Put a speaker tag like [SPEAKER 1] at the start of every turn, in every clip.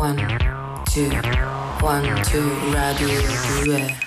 [SPEAKER 1] 1, 2, Radio 2.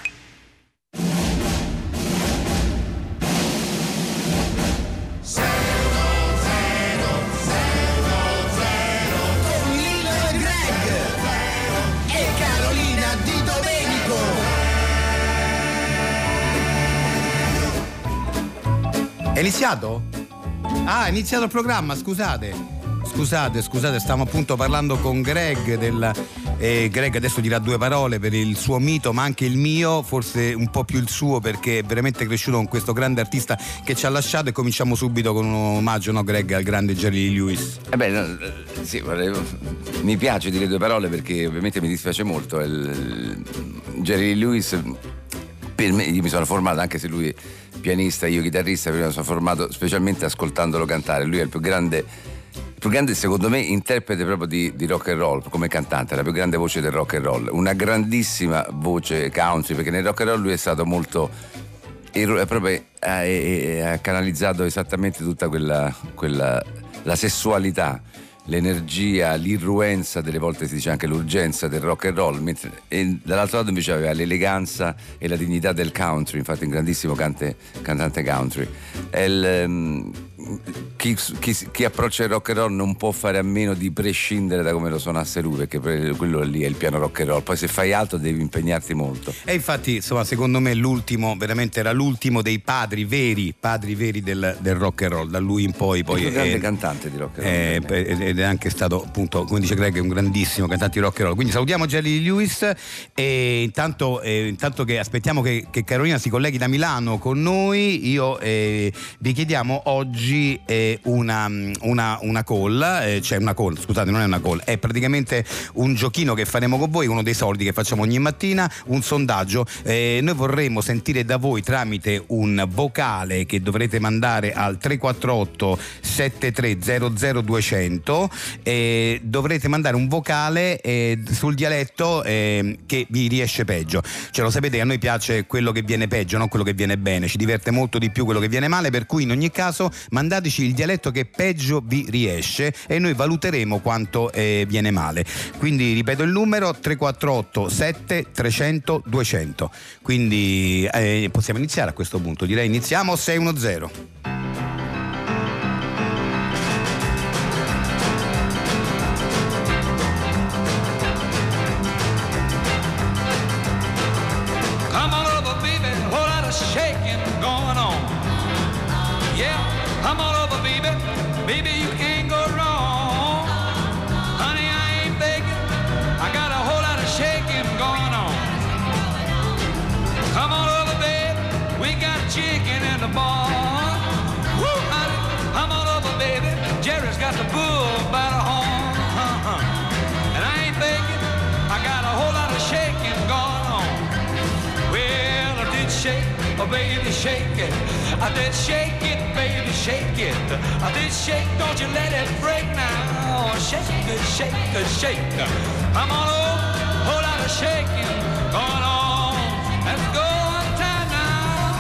[SPEAKER 2] È iniziato? Ah, è iniziato il programma, scusate, stiamo appunto parlando con Greg Greg adesso dirà due parole per il suo mito, ma anche il mio, forse un po' più il suo, perché è veramente cresciuto con questo grande artista che ci ha lasciato. E cominciamo subito con un omaggio, no Greg, al grande Jerry Lee Lewis.
[SPEAKER 3] Sì, mi piace dire due parole perché ovviamente mi dispiace molto. Jerry Lee Lewis, per me, io mi sono formato, anche se lui è pianista, io chitarrista, prima mi sono formato specialmente ascoltandolo cantare. Lui è il più grande secondo me interprete proprio di rock and roll come cantante, la più grande voce del rock and roll, una grandissima voce country, perché nel rock and roll lui è stato molto proprio ha canalizzato esattamente tutta quella la sessualità, l'energia, l'irruenza, delle volte si dice anche l'urgenza del rock and roll, e dall'altro lato invece aveva l'eleganza e la dignità del country, infatti un grandissimo cantante country. Chi approccia il rock and roll non può fare a meno di prescindere da come lo suonasse lui, perché quello lì è il piano rock and roll, poi se fai altro devi impegnarti molto.
[SPEAKER 2] E infatti, insomma, secondo me l'ultimo, veramente era l'ultimo dei padri veri del rock and roll, da lui in poi
[SPEAKER 3] è un grande cantante di rock and roll,
[SPEAKER 2] ed è anche stato, appunto, come dice Greg, un grandissimo cantante di rock and roll. Quindi salutiamo Jerry Lee Lewis e intanto che aspettiamo che Carolina si colleghi da Milano con noi, vi chiediamo oggi una call, cioè una call, scusate, non è una call, è praticamente un giochino che faremo con voi, uno dei soldi che facciamo ogni mattina, un sondaggio. Noi vorremmo sentire da voi tramite un vocale che dovrete mandare al 348 7300 200, dovrete mandare un vocale sul dialetto che vi riesce peggio. Cioè, lo sapete che a noi piace quello che viene peggio, non quello che viene bene, ci diverte molto di più quello che viene male, per cui in ogni caso mandateci il dialetto che peggio vi riesce e noi valuteremo quanto viene male. Quindi ripeto il numero: 348 7300 200. Quindi possiamo iniziare a questo punto, direi iniziamo. 610.
[SPEAKER 4] Baby, you can't go wrong. Honey, I ain't begging. I got a whole lot of shaking going on. Come on over, baby. We got chicken in the barn. Woo, honey, come on over, baby. Jerry's got the bull by the horn. And I ain't begging. I got a whole lot of shaking going on. Well, I did shake, oh baby, shake it. I did shake it, baby, shake it. I did shake, don't you let it break now. Shake it, shake it, shake it. I'm on a whole lot of shaking going on. Let's go one time now.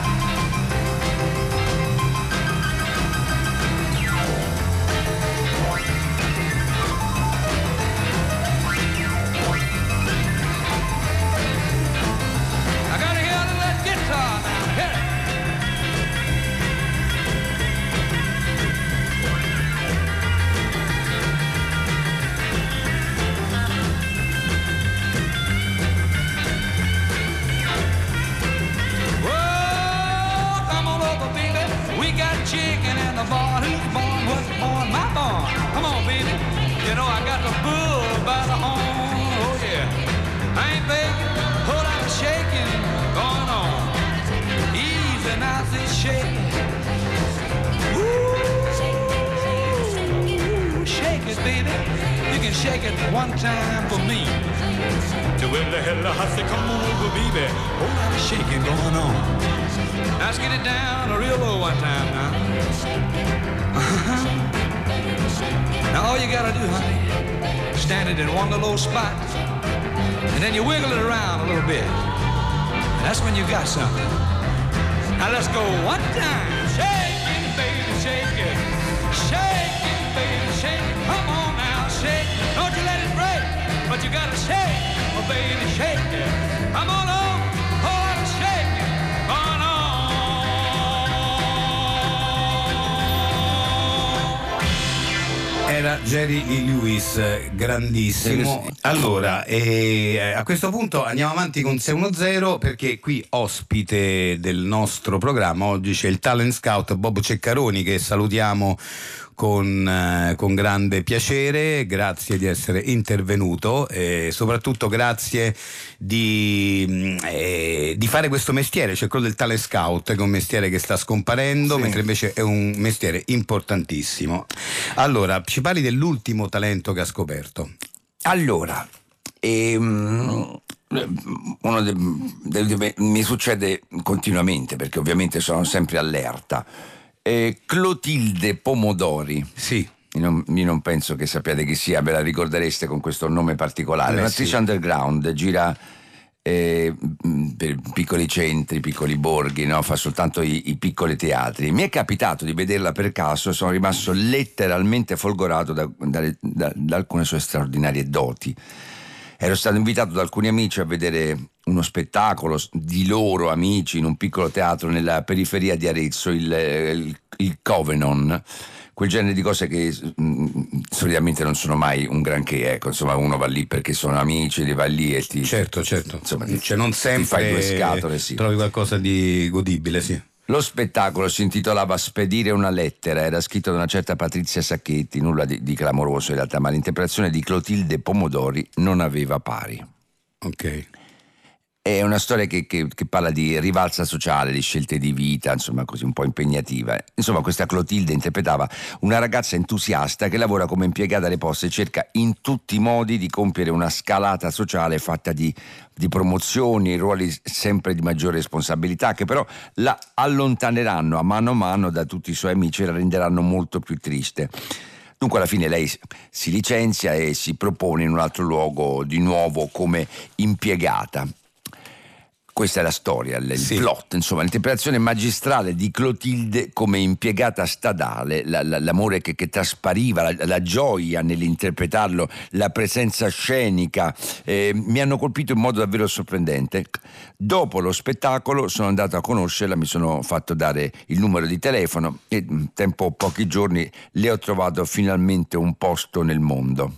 [SPEAKER 4] I gotta hear that guitar now. Hit it. Chicken in the barn, who's born, what's born, my barn. Come on, baby. You know I got the bull by the horn. Oh yeah. I ain't begging, whole lot of shaking going on. Easy now, this shaking. Ooh, shake it, baby. You can shake it one time for me. To where the hell I say, come on over, baby. Whole lot of shaking going on. Now let's get it down real low one time now. Now all you gotta do, honey, stand it in one little spot, and then you wiggle it around a little bit. And that's when you got something. Now let's go one time. Shake it, baby, shake it. Shake it, baby, shake it. Come on now, shake it. Don't you let it break.
[SPEAKER 2] Jerry Lee Lewis, grandissimo. Allora, a questo punto andiamo avanti con 610 perché qui ospite del nostro programma oggi c'è il talent scout Bob Ceccaroni, che salutiamo con grande piacere. Grazie di essere intervenuto e soprattutto grazie di fare questo mestiere, cioè quello del talent scout, che è un mestiere che sta scomparendo, sì, mentre invece è un mestiere importantissimo. Allora, ci parli dell'ultimo talento che ha scoperto.
[SPEAKER 3] Allora, mi succede continuamente, perché ovviamente sono sempre allerta. Clotilde Pomodori.
[SPEAKER 2] Sì.
[SPEAKER 3] Io non penso che sappiate chi sia, ve la ricordereste con questo nome particolare. Un'attrice underground, gira per piccoli centri, piccoli borghi, no? Fa soltanto i piccoli teatri. Mi è capitato di vederla per caso e sono rimasto letteralmente folgorato da alcune sue straordinarie doti. Ero stato invitato da alcuni amici a vedere uno spettacolo di loro amici in un piccolo teatro nella periferia di Arezzo, il Covenon, quel genere di cose che solitamente non sono mai un granché, ecco, insomma uno va lì perché sono amici, li va lì e ti...
[SPEAKER 2] Certo, insomma, cioè non sempre
[SPEAKER 3] ti fai due scatole, sì.
[SPEAKER 2] Trovi qualcosa di godibile, sì.
[SPEAKER 3] Lo spettacolo si intitolava Spedire una lettera, era scritto da una certa Patrizia Sacchetti, nulla di clamoroso in realtà, ma l'interpretazione di Clotilde Pomodori non aveva pari.
[SPEAKER 2] Ok.
[SPEAKER 3] È una storia che parla di rivalsa sociale, di scelte di vita, insomma così un po' impegnativa. Insomma, questa Clotilde interpretava una ragazza entusiasta che lavora come impiegata alle poste e cerca in tutti i modi di compiere una scalata sociale fatta di promozioni, ruoli sempre di maggiore responsabilità, che però la allontaneranno a mano da tutti i suoi amici e la renderanno molto più triste. Dunque alla fine lei si licenzia e si propone in un altro luogo di nuovo come impiegata. Questa è la storia, il plot, insomma, l'interpretazione magistrale di Clotilde come impiegata stradale, l'amore che traspariva, la gioia nell'interpretarlo, la presenza scenica, mi hanno colpito in modo davvero sorprendente. Dopo lo spettacolo sono andato a conoscerla, mi sono fatto dare il numero di telefono e tempo pochi giorni le ho trovato finalmente un posto nel mondo.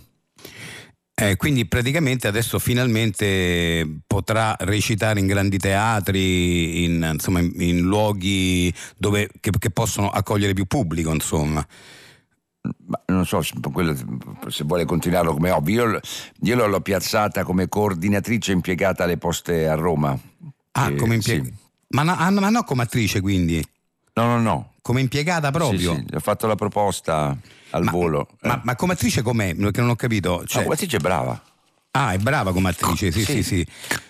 [SPEAKER 2] Quindi praticamente adesso finalmente potrà recitare in grandi teatri, in luoghi che possono accogliere più pubblico, insomma.
[SPEAKER 3] Ma non so se vuole continuarlo come hobby. Io l'ho piazzata come coordinatrice impiegata alle poste a Roma.
[SPEAKER 2] Come impiegata? Sì. Ma no come attrice, quindi?
[SPEAKER 3] No.
[SPEAKER 2] Come impiegata proprio?
[SPEAKER 3] Sì, ho fatto la proposta al volo.
[SPEAKER 2] Ma come attrice com'è? Perché non ho capito.
[SPEAKER 3] Cioè... come attrice è brava.
[SPEAKER 2] Ah, è brava come attrice, sì.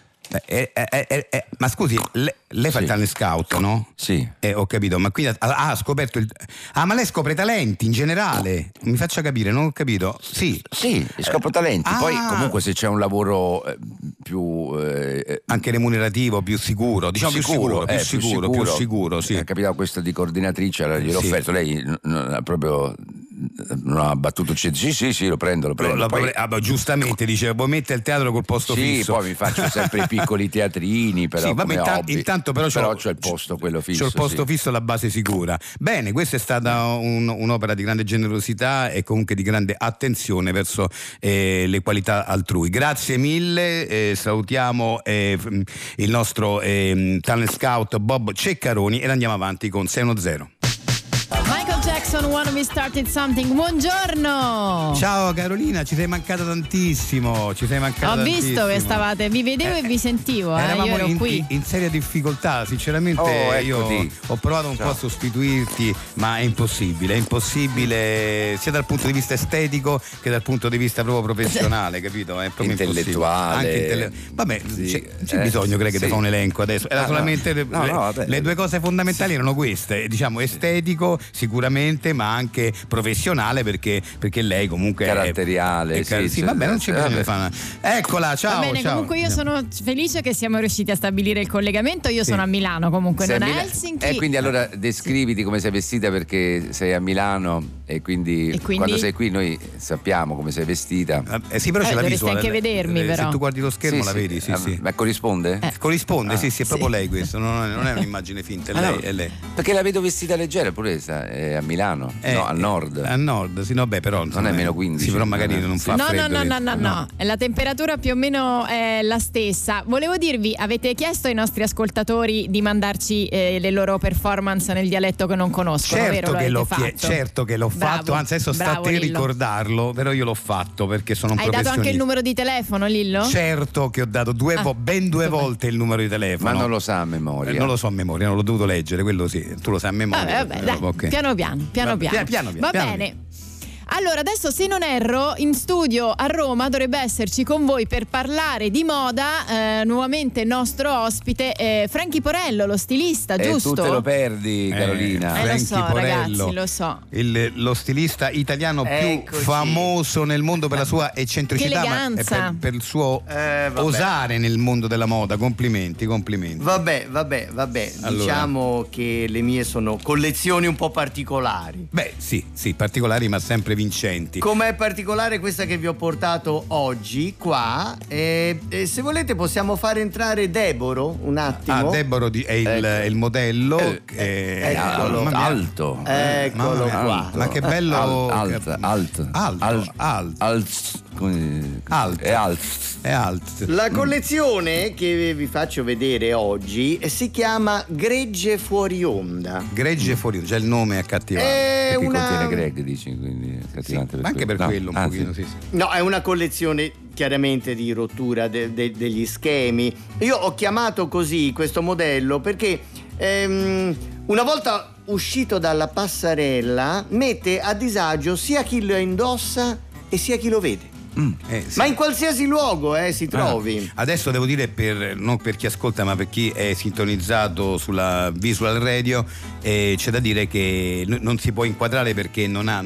[SPEAKER 2] Ma scusi, lei fa il talent scout, no?
[SPEAKER 3] Sì.
[SPEAKER 2] Ho capito, ma qui ha scoperto ma lei scopre talenti in generale? Mi faccia capire, non ho capito. Sì,
[SPEAKER 3] scopro talenti. Poi comunque se c'è un lavoro più
[SPEAKER 2] anche remunerativo, più sicuro, diciamo più sicuro, sì.
[SPEAKER 3] È capitato questo di coordinatrice, allora gliel'ho offerto, lei proprio non ha battuto, sì, lo prendo.
[SPEAKER 2] Poi, giustamente dice, vuoi mettere il teatro col posto fisso?
[SPEAKER 3] Sì, poi mi faccio sempre i piccoli teatrini, però
[SPEAKER 2] sì, vabbè, intanto però
[SPEAKER 3] c'ho il posto quello fisso.
[SPEAKER 2] C'ho il posto fisso, la base sicura. Bene, questa è stata un'opera di grande generosità e comunque di grande attenzione verso le qualità altrui. Grazie mille, salutiamo il nostro talent scout Bob Ceccaroni e andiamo avanti con 610.
[SPEAKER 5] Jackson, Wanna Be Started Something. Buongiorno.
[SPEAKER 2] Ciao Carolina, ci sei mancata tantissimo.
[SPEAKER 5] Ho visto che stavate, vi vedevo e vi sentivo. Io ero qui
[SPEAKER 2] in seria difficoltà, sinceramente. Io ho provato un po' a sostituirti, ma è impossibile sia dal punto di vista estetico che dal punto di vista proprio professionale, capito? È proprio
[SPEAKER 3] intellettuale.
[SPEAKER 2] Vabbè, c'è bisogno, credo, che fa un elenco adesso. Era solamente le due cose fondamentali erano queste, diciamo, estetico sicuramente, ma anche professionale, perché lei comunque
[SPEAKER 3] caratteriale.
[SPEAKER 2] Sì, vabbè, non c'è bisogno di fare. Eccola, ciao.
[SPEAKER 5] Va bene,
[SPEAKER 2] ciao.
[SPEAKER 5] Comunque io sono felice che siamo riusciti a stabilire il collegamento. Io sono a Milano, comunque non a Helsinki.
[SPEAKER 3] Quindi allora descriviti come sei vestita, perché sei a Milano e quindi quando sei qui noi sappiamo come sei vestita.
[SPEAKER 2] Sì, però ce la
[SPEAKER 5] dovresti anche vedermi, però.
[SPEAKER 2] Se tu guardi lo schermo la vedi, sì.
[SPEAKER 3] Ma corrisponde?
[SPEAKER 2] Corrisponde, sì, è proprio lei questo, non è un'immagine finta, è lei.
[SPEAKER 3] Perché la vedo vestita leggera pure è a Milano, no, al nord.
[SPEAKER 2] Al nord, sì, no, beh, però
[SPEAKER 3] non è meno 15.
[SPEAKER 2] Sì, però magari non fa freddo.
[SPEAKER 5] No, la temperatura più o meno è la stessa. Volevo dirvi, avete chiesto ai nostri ascoltatori di mandarci le loro performance nel dialetto che non conoscono,
[SPEAKER 2] certo
[SPEAKER 5] vero?
[SPEAKER 2] Certo che l'ho fatto, anzi adesso sta a te ricordarlo, però io l'ho fatto perché sono un professionista.
[SPEAKER 5] Hai dato anche il numero di telefono, Lillo?
[SPEAKER 2] Certo che ho dato ben due volte il numero di telefono.
[SPEAKER 3] Ma non lo sa a memoria.
[SPEAKER 2] Non lo so a memoria, non l'ho dovuto leggere, quello sì, tu lo sai a memoria.
[SPEAKER 5] Vabbè, dai,
[SPEAKER 2] okay.
[SPEAKER 5] piano piano. Va bene. Allora, adesso se non erro, in studio a Roma dovrebbe esserci con voi per parlare di moda nuovamente il nostro ospite Frankie Porello, lo stilista, giusto?
[SPEAKER 3] Tu te lo perdi, Carolina.
[SPEAKER 5] Lo so,
[SPEAKER 2] Porello,
[SPEAKER 5] ragazzi, lo so.
[SPEAKER 2] Lo stilista italiano più famoso nel mondo per la sua eccentricità, ma per il suo osare nel mondo della moda. Complimenti.
[SPEAKER 6] Vabbè. Allora. Diciamo che le mie sono collezioni un po' particolari.
[SPEAKER 2] Beh, sì, particolari, ma sempre vincenti.
[SPEAKER 6] Com'è particolare questa che vi ho portato oggi qua, se volete possiamo fare entrare Deboro un attimo.
[SPEAKER 2] Deboro è il modello.
[SPEAKER 6] Eccolo.
[SPEAKER 3] Alto.
[SPEAKER 6] Eccolo qua.
[SPEAKER 2] Ma che bello. È alto.
[SPEAKER 6] La collezione che vi faccio vedere oggi si chiama Gregge fuori onda.
[SPEAKER 2] Gregge fuori onda, già il nome è accattivante.
[SPEAKER 3] Perché contiene Greg, dici, quindi è accattivante per
[SPEAKER 2] anche per quello un pochino, sì.
[SPEAKER 6] No, è una collezione chiaramente di rottura degli schemi. Io ho chiamato così questo modello perché una volta uscito dalla passerella mette a disagio sia chi lo indossa e sia chi lo vede.
[SPEAKER 2] Sì.
[SPEAKER 6] Ma in qualsiasi luogo si trovi.
[SPEAKER 2] Adesso devo dire, non per chi ascolta ma per chi è sintonizzato sulla Visual Radio, c'è da dire che non si può inquadrare perché non ha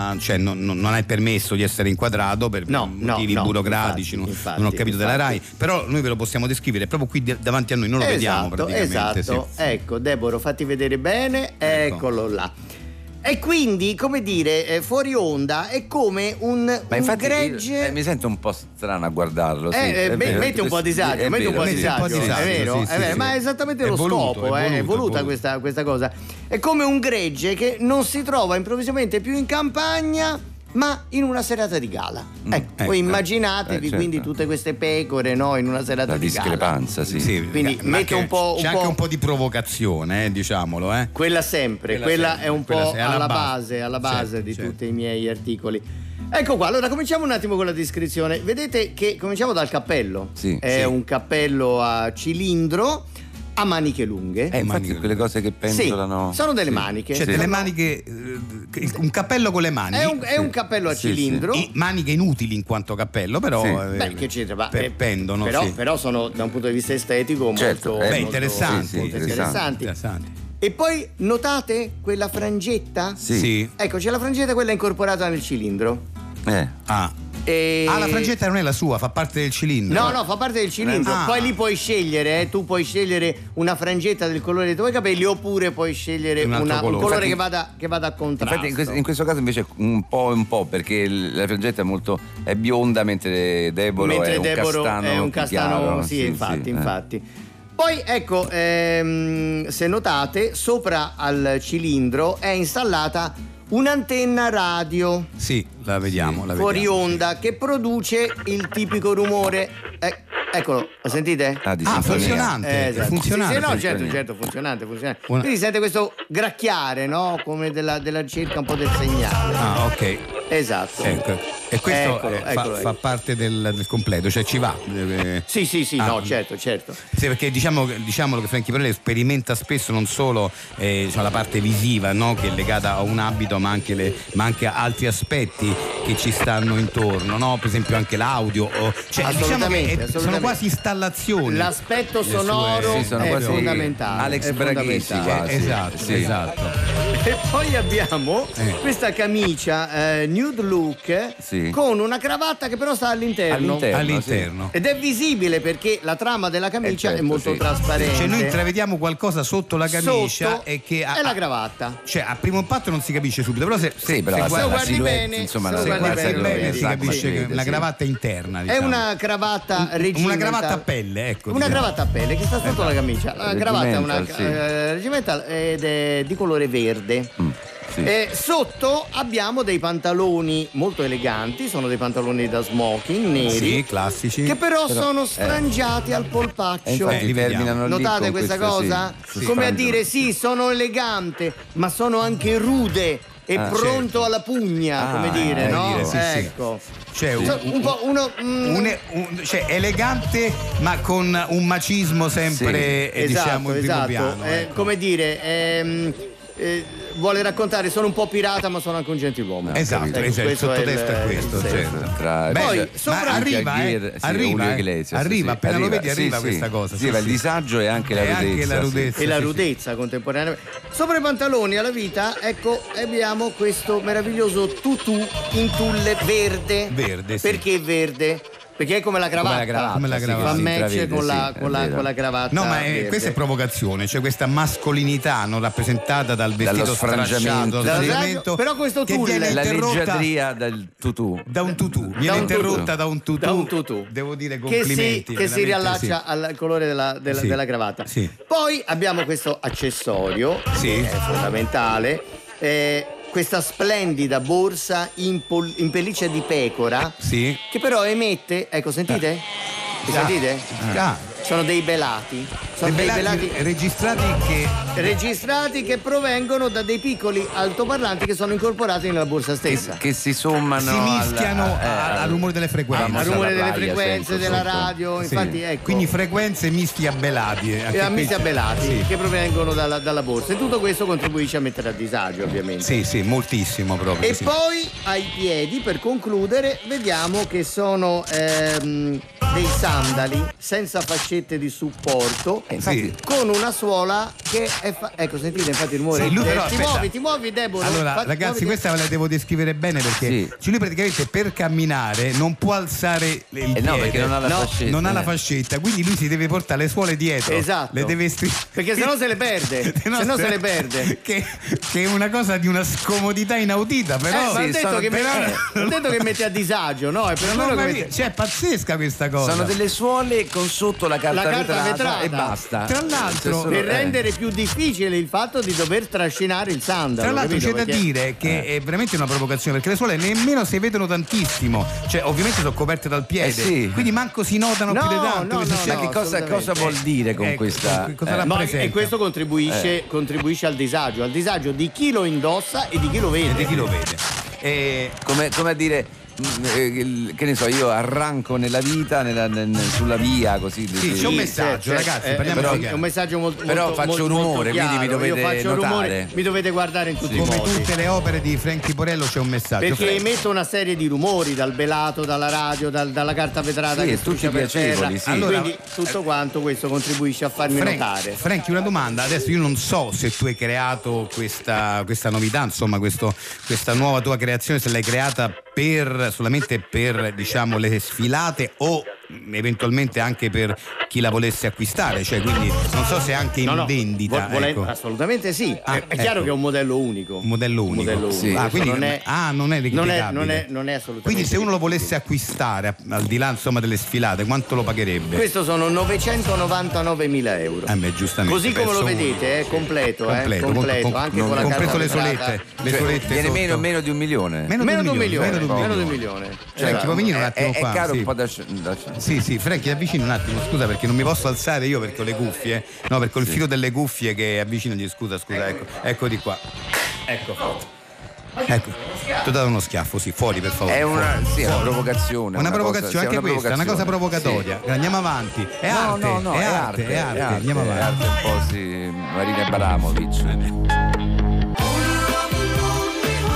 [SPEAKER 2] il permesso di essere inquadrato per motivi burocratici,
[SPEAKER 6] infatti,
[SPEAKER 2] non ho capito della RAI, però noi ve lo possiamo descrivere proprio qui davanti a noi, non lo vediamo praticamente.
[SPEAKER 6] Esatto.
[SPEAKER 2] Sì.
[SPEAKER 6] Ecco, Deboro, fatti vedere bene, eccolo là. E quindi, come dire, fuori onda è come un gregge.
[SPEAKER 3] Mi sento un po' strano a guardarlo.
[SPEAKER 6] Metti un po' a disagio, è vero? Ma è esattamente lo scopo, è voluta questa cosa. È come un gregge che non si trova improvvisamente più in campagna, ma in una serata di gala. Voi immaginatevi quindi tutte queste pecore, no, in una serata di gala.
[SPEAKER 3] La discrepanza, sì.
[SPEAKER 6] Quindi mette un po'.
[SPEAKER 2] C'è anche un po' di provocazione, diciamolo.
[SPEAKER 6] Quella sempre, quella è un po' alla base di tutti i miei articoli. Ecco qua, allora cominciamo un attimo con la descrizione. Vedete che cominciamo dal cappello. È un cappello a cilindro, a maniche lunghe.
[SPEAKER 3] Infatti quelle cose che pendolano.
[SPEAKER 6] Sono delle maniche.
[SPEAKER 2] Cioè delle maniche, un cappello con le maniche.
[SPEAKER 6] È un cappello a cilindro.
[SPEAKER 2] Maniche inutili in quanto cappello, però
[SPEAKER 6] che c'entra?
[SPEAKER 2] Pendono.
[SPEAKER 6] Però sono da un punto di vista estetico molto interessanti. E poi notate quella frangetta?
[SPEAKER 3] Sì.
[SPEAKER 6] Ecco, c'è la frangetta, quella incorporata nel cilindro.
[SPEAKER 2] La frangetta non è la sua, fa parte del cilindro.
[SPEAKER 6] No, fa parte del cilindro. Poi lì puoi scegliere, tu puoi scegliere una frangetta del colore dei tuoi capelli oppure puoi scegliere un colore che vada a contrasto.
[SPEAKER 3] Infatti in questo caso invece un po' perché la frangetta è bionda mentre Deboro è un castano.
[SPEAKER 6] Sì, infatti. Poi ecco, se notate, sopra al cilindro è installata un'antenna radio.
[SPEAKER 2] Sì, la vediamo.
[SPEAKER 6] Fuori onda, che produce il tipico rumore. Eccolo, lo sentite?
[SPEAKER 2] Funzionante.
[SPEAKER 6] Esatto.
[SPEAKER 2] Funzionante.
[SPEAKER 6] Certo, funzionante. Quindi sente questo gracchiare, no? Come della ricerca un po' del segnale.
[SPEAKER 2] Ok.
[SPEAKER 6] Esatto.
[SPEAKER 2] E questo fa parte del completo, cioè ci va.
[SPEAKER 6] Sì, certo.
[SPEAKER 2] Sì, perché diciamolo che Frankie Porello sperimenta spesso non solo la parte visiva, no? Che è legata a un abito, ma anche a altri aspetti che ci stanno intorno, no? Per esempio anche l'audio. Diciamo che sono quasi installazioni.
[SPEAKER 6] L'aspetto sonoro è fondamentale.
[SPEAKER 3] Alex Braghesi quasi.
[SPEAKER 2] Esatto.
[SPEAKER 6] E poi abbiamo questa camicia nude look con una cravatta che però sta all'interno.
[SPEAKER 2] All'interno.
[SPEAKER 6] Ed è visibile perché la trama della camicia è molto trasparente.
[SPEAKER 2] Cioè noi intravediamo qualcosa sotto la camicia e che
[SPEAKER 6] è la cravatta.
[SPEAKER 2] Cioè a primo impatto non si capisce subito, però se
[SPEAKER 6] guardi bene,
[SPEAKER 2] insomma, si capisce che è una cravatta interna, diciamo.
[SPEAKER 6] È una cravatta regimental.
[SPEAKER 2] Una cravatta a pelle, ecco.
[SPEAKER 6] Una cravatta a pelle che sta sotto la camicia. La cravatta è una regimental ed è di colore verde. E sotto abbiamo dei pantaloni molto eleganti, sono dei pantaloni da smoking neri,
[SPEAKER 2] classici,
[SPEAKER 6] che però sono sfrangiati al polpaccio. Notate questa cosa? Come a dire, sì, sono elegante, ma sono anche rude e pronto alla pugna, come dire, no? Ecco.
[SPEAKER 2] Cioè, cioè elegante ma con un macismo sempre diciamo in primo piano.
[SPEAKER 6] Come dire, vuole raccontare sono un po' pirata ma sono anche un gentiluomo.
[SPEAKER 2] Esatto, il sottotesto è questo.
[SPEAKER 6] Poi sopra arriva appena lo vedi arriva questa cosa.
[SPEAKER 3] Il disagio e anche la rudezza.
[SPEAKER 6] E la rudezza contemporaneamente. Sopra i pantaloni alla vita, ecco, abbiamo questo meraviglioso tutù in tulle verde. Perché verde? Perché è come la cravatta, fa match con la cravatta.
[SPEAKER 2] No, ma questa è provocazione, cioè questa mascolinità non rappresentata dal vestito stracciato,
[SPEAKER 6] però questo tulle,
[SPEAKER 3] la leggiadria del tutù.
[SPEAKER 2] Da un tutù, viene interrotta da un tutù. Devo dire complimenti.
[SPEAKER 6] Che si riallaccia al colore della cravatta. Poi abbiamo questo accessorio, è fondamentale. Questa splendida borsa in pelliccia di pecora che però emette, ecco, sentite? Sentite? Sono dei belati. Sono dei belati registrati che provengono da dei piccoli altoparlanti che sono incorporati nella borsa stessa.
[SPEAKER 3] Che si sommano,
[SPEAKER 2] si mischiano al rumore delle frequenze.
[SPEAKER 6] Al rumore delle frequenze della radio. Infatti, ecco.
[SPEAKER 2] Quindi frequenze misti a belati.
[SPEAKER 6] Misti a belati che provengono dalla borsa. E tutto questo contribuisce a mettere a disagio, ovviamente.
[SPEAKER 2] Sì, moltissimo proprio.
[SPEAKER 6] E poi ai piedi, per concludere, vediamo che sono dei sandali senza fascette di supporto, con una suola che è ecco, sentite infatti il rumore. Ti muovi Deborah.
[SPEAKER 2] Allora ragazzi, questa ve la devo descrivere bene perché lui praticamente per camminare non può alzare il piede,
[SPEAKER 3] perché non ha la fascetta.
[SPEAKER 2] Non ha la fascetta, quindi lui si deve portare le suole dietro.
[SPEAKER 6] Esatto.
[SPEAKER 2] Le deve
[SPEAKER 6] perché sennò se le perde. Se le perde.
[SPEAKER 2] Che è una cosa di una scomodità inaudita, però.
[SPEAKER 6] Non detto che mette a disagio, no? È per
[SPEAKER 2] cioè è pazzesca questa cosa.
[SPEAKER 3] Sono delle suole con sotto la carta vetrata e basta.
[SPEAKER 2] Tra l'altro,
[SPEAKER 6] per rendere più difficile il fatto di dover trascinare il sandalo.
[SPEAKER 2] Tra l'altro c'è da dire che è veramente una provocazione, perché le suole nemmeno si vedono tantissimo, cioè ovviamente sono coperte dal piede, quindi manco si notano più di tanto.
[SPEAKER 3] Ma che cosa vuol dire con questa?
[SPEAKER 2] Cosa rappresenta?
[SPEAKER 6] E questo contribuisce al disagio di chi lo indossa e di chi lo vede.
[SPEAKER 3] Come a dire, che ne so, io arranco nella vita, sulla via, così.
[SPEAKER 2] C'è un messaggio, ragazzi,
[SPEAKER 6] è un messaggio molto
[SPEAKER 3] però faccio
[SPEAKER 6] molto
[SPEAKER 3] rumore,
[SPEAKER 6] chiaro.
[SPEAKER 3] quindi mi dovete notare.
[SPEAKER 6] Mi dovete guardare in tutti i modi.
[SPEAKER 2] Come tutte le opere di Frankie Porello c'è un messaggio.
[SPEAKER 6] Perché emette una serie di rumori dal belato, dalla radio, dalla carta vetrata che
[SPEAKER 3] tutti piacevoli,
[SPEAKER 6] allora, quindi tutto quanto questo contribuisce a farmi notare.
[SPEAKER 2] Frankie, una domanda, adesso io non so se tu hai creato questa novità, insomma questa nuova tua creazione, se l'hai creata solamente per diciamo le sfilate o eventualmente anche per chi la volesse acquistare, cioè quindi non so se anche in vendita. Ecco.
[SPEAKER 6] Assolutamente sì. È chiaro che è un modello unico.
[SPEAKER 2] Un modello unico.
[SPEAKER 6] Sì.
[SPEAKER 2] Quindi non è replicabile.
[SPEAKER 6] Non è assolutamente.
[SPEAKER 2] Quindi se uno lo volesse acquistare al di là insomma delle sfilate, quanto lo pagherebbe?
[SPEAKER 6] Questo sono 999.000 euro.
[SPEAKER 2] Giustamente.
[SPEAKER 6] Così come lo vedete, è completo, anche con la
[SPEAKER 2] compreso le
[SPEAKER 6] solette.
[SPEAKER 3] Viene meno di 1 milione.
[SPEAKER 6] Meno di un milione.
[SPEAKER 2] Franchi, puoi venire un attimo qua?
[SPEAKER 3] È caro un po' da
[SPEAKER 2] Sì, Franchi, avvicini un attimo, scusa, perché non mi posso alzare io perché ho le cuffie. No, perché ho il filo delle cuffie che avvicinagli, scusa, ecco di qua. Ecco. Ti ho dato uno schiaffo, fuori per favore.
[SPEAKER 3] È una provocazione.
[SPEAKER 2] Una provocazione, anche questa, è una cosa provocatoria. Andiamo avanti. È arte. Andiamo avanti.
[SPEAKER 3] È arte un po' Marina Abramovic.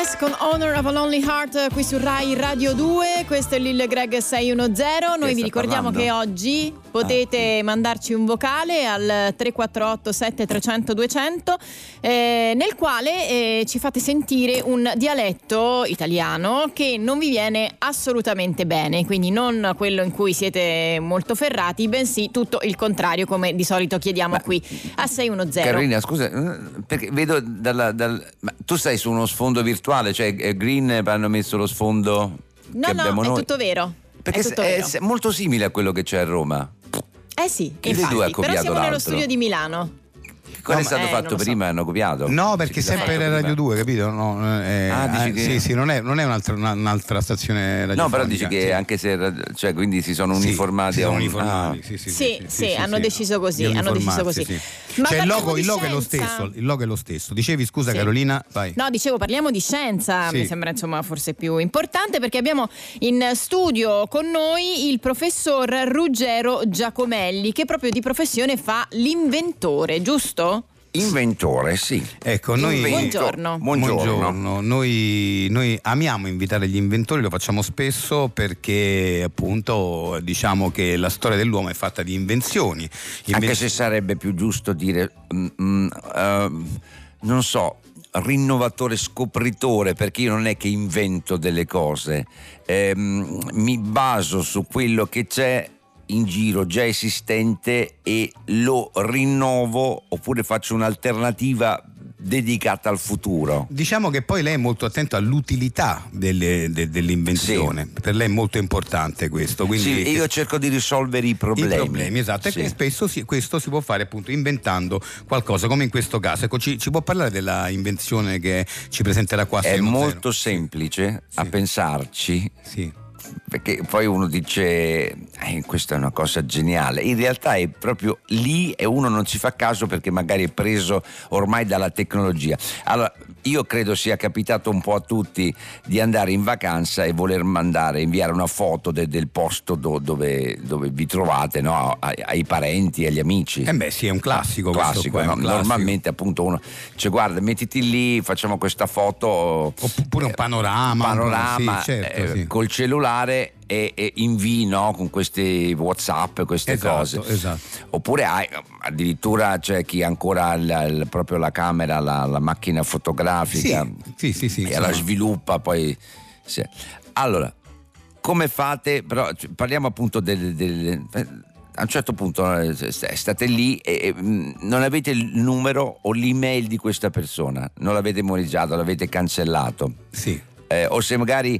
[SPEAKER 5] Yes con Honor of a Lonely Heart qui su Rai Radio 2. Questo è Lil Greg 610. Noi vi ricordiamo che oggi potete mandarci un vocale al 348 7300 200 nel quale ci fate sentire un dialetto italiano che non vi viene assolutamente bene, quindi non quello in cui siete molto ferrati, bensì tutto il contrario, come di solito chiediamo qui a 610.
[SPEAKER 3] Carolina, scusa, perché vedo ma tu stai su uno sfondo virtuale, cioè Green hanno messo lo sfondo che abbiamo noi?
[SPEAKER 5] È tutto vero.
[SPEAKER 3] Perché è molto simile a quello che c'è a Roma.
[SPEAKER 5] Sì,
[SPEAKER 3] Chi dei due ha copiato
[SPEAKER 5] però siamo
[SPEAKER 3] l'altro?
[SPEAKER 5] nello studio di Milano.
[SPEAKER 3] Qual è stato fatto prima? Hanno copiato?
[SPEAKER 2] No, perché sempre era Radio 2, capito? No,
[SPEAKER 3] dici
[SPEAKER 2] sì, non è un'altra stazione radiofonica.
[SPEAKER 3] No, però dici che anche se, cioè, quindi si sono uniformati.
[SPEAKER 2] Si sono uniformati,
[SPEAKER 5] sì, hanno deciso così.
[SPEAKER 2] Sì.
[SPEAKER 5] Ma
[SPEAKER 2] cioè il logo è lo stesso. Dicevi, scusa Carolina, vai.
[SPEAKER 5] No, dicevo, parliamo di scienza, mi sembra insomma forse più importante, perché abbiamo in studio con noi il professor Ruggero Giacomelli, che proprio di professione fa l'inventore, giusto?
[SPEAKER 3] Inventore, sì.
[SPEAKER 2] Ecco, noi
[SPEAKER 5] Buongiorno.
[SPEAKER 2] Noi amiamo invitare gli inventori, lo facciamo spesso perché appunto diciamo che la storia dell'uomo è fatta di invenzioni.
[SPEAKER 3] Anche se sarebbe più giusto dire non so, rinnovatore, scopritore, perché io non è che invento delle cose, mi baso su quello che c'è in giro già esistente e lo rinnovo, oppure faccio un'alternativa dedicata al futuro.
[SPEAKER 2] Diciamo che poi lei è molto attento all'utilità dell'invenzione, per lei è molto importante questo, quindi
[SPEAKER 3] io cerco di risolvere i problemi,
[SPEAKER 2] esatto, e spesso questo si può fare appunto inventando qualcosa, come in questo caso. Ecco, ci può parlare della invenzione che ci presenterà qua?
[SPEAKER 3] È molto semplice a pensarci, perché poi uno dice questa è una cosa geniale, in realtà è proprio lì e uno non ci fa caso perché magari è preso ormai dalla tecnologia. Allora, io credo sia capitato un po' a tutti di andare in vacanza e voler inviare una foto del posto dove vi trovate, no? ai parenti, agli amici.
[SPEAKER 2] Sì, è un classico.
[SPEAKER 3] Classico, no? Normalmente appunto uno dice guarda, mettiti lì, facciamo questa foto,
[SPEAKER 2] oppure un panorama
[SPEAKER 3] col cellulare e invii, no? Con questi WhatsApp, queste cose.
[SPEAKER 2] Esatto.
[SPEAKER 3] Oppure addirittura c'è chi ancora ha proprio la camera, la macchina fotografica e la sviluppa poi. Allora, come fate? Però parliamo appunto a un certo punto state lì e non avete il numero o l'email di questa persona, non l'avete memorizzato, l'avete cancellato. O se magari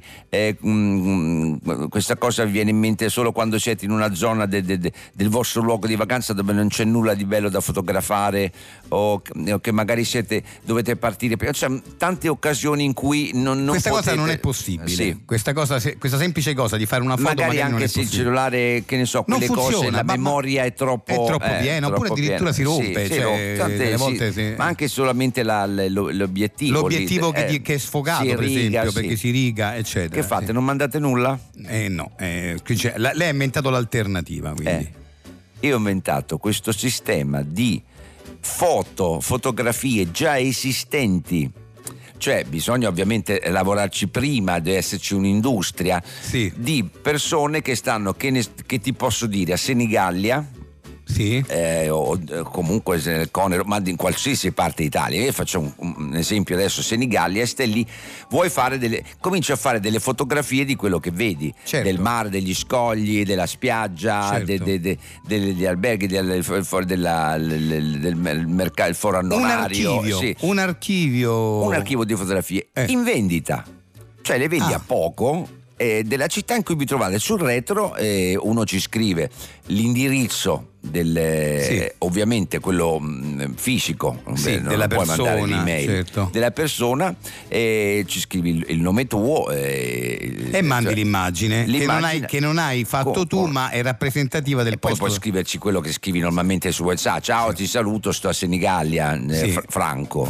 [SPEAKER 3] questa cosa vi viene in mente solo quando siete in una zona del vostro luogo di vacanza dove non c'è nulla di bello da fotografare, o che magari dovete partire prima. C'è tante occasioni in cui non
[SPEAKER 2] questa
[SPEAKER 3] potete...
[SPEAKER 2] cosa non è possibile. Questa semplice cosa di fare una foto
[SPEAKER 3] magari anche
[SPEAKER 2] non è
[SPEAKER 3] se il
[SPEAKER 2] possibile.
[SPEAKER 3] Cellulare, che ne so, quelle
[SPEAKER 2] funziona,
[SPEAKER 3] cose, la memoria è troppo
[SPEAKER 2] piena, oppure addirittura si rompe,
[SPEAKER 3] ma anche solamente l'obiettivo
[SPEAKER 2] che è sfogato, per esempio, perché si riga, eccetera.
[SPEAKER 3] Che fate? Non mandate nulla?
[SPEAKER 2] No, lei ha inventato l'alternativa, quindi.
[SPEAKER 3] Io ho inventato questo sistema di fotografie già esistenti. Cioè bisogna ovviamente lavorarci prima, deve esserci un'industria di persone che stanno, che ti posso dire, a Senigallia, o comunque nel Conero, ma in qualsiasi parte d'Italia. Io faccio un esempio adesso: Senigallia, e stai lì, cominci a fare delle fotografie di quello che vedi, del mare, degli scogli, della spiaggia, degli alberghi, del mercato, il foro annonario,
[SPEAKER 2] un archivio
[SPEAKER 3] di fotografie in vendita, cioè le vendi a poco. Della città in cui vi trovate. Sul retro uno ci scrive l'indirizzo ovviamente quello fisico,
[SPEAKER 2] della persona,
[SPEAKER 3] della persona, ci scrivi il nome tuo
[SPEAKER 2] e mandi l'immagine che non hai fatto tu, ma è rappresentativa del posto.
[SPEAKER 3] Poi puoi scriverci quello che scrivi normalmente su WhatsApp: ciao, ti saluto, sto a Senigallia, Franco.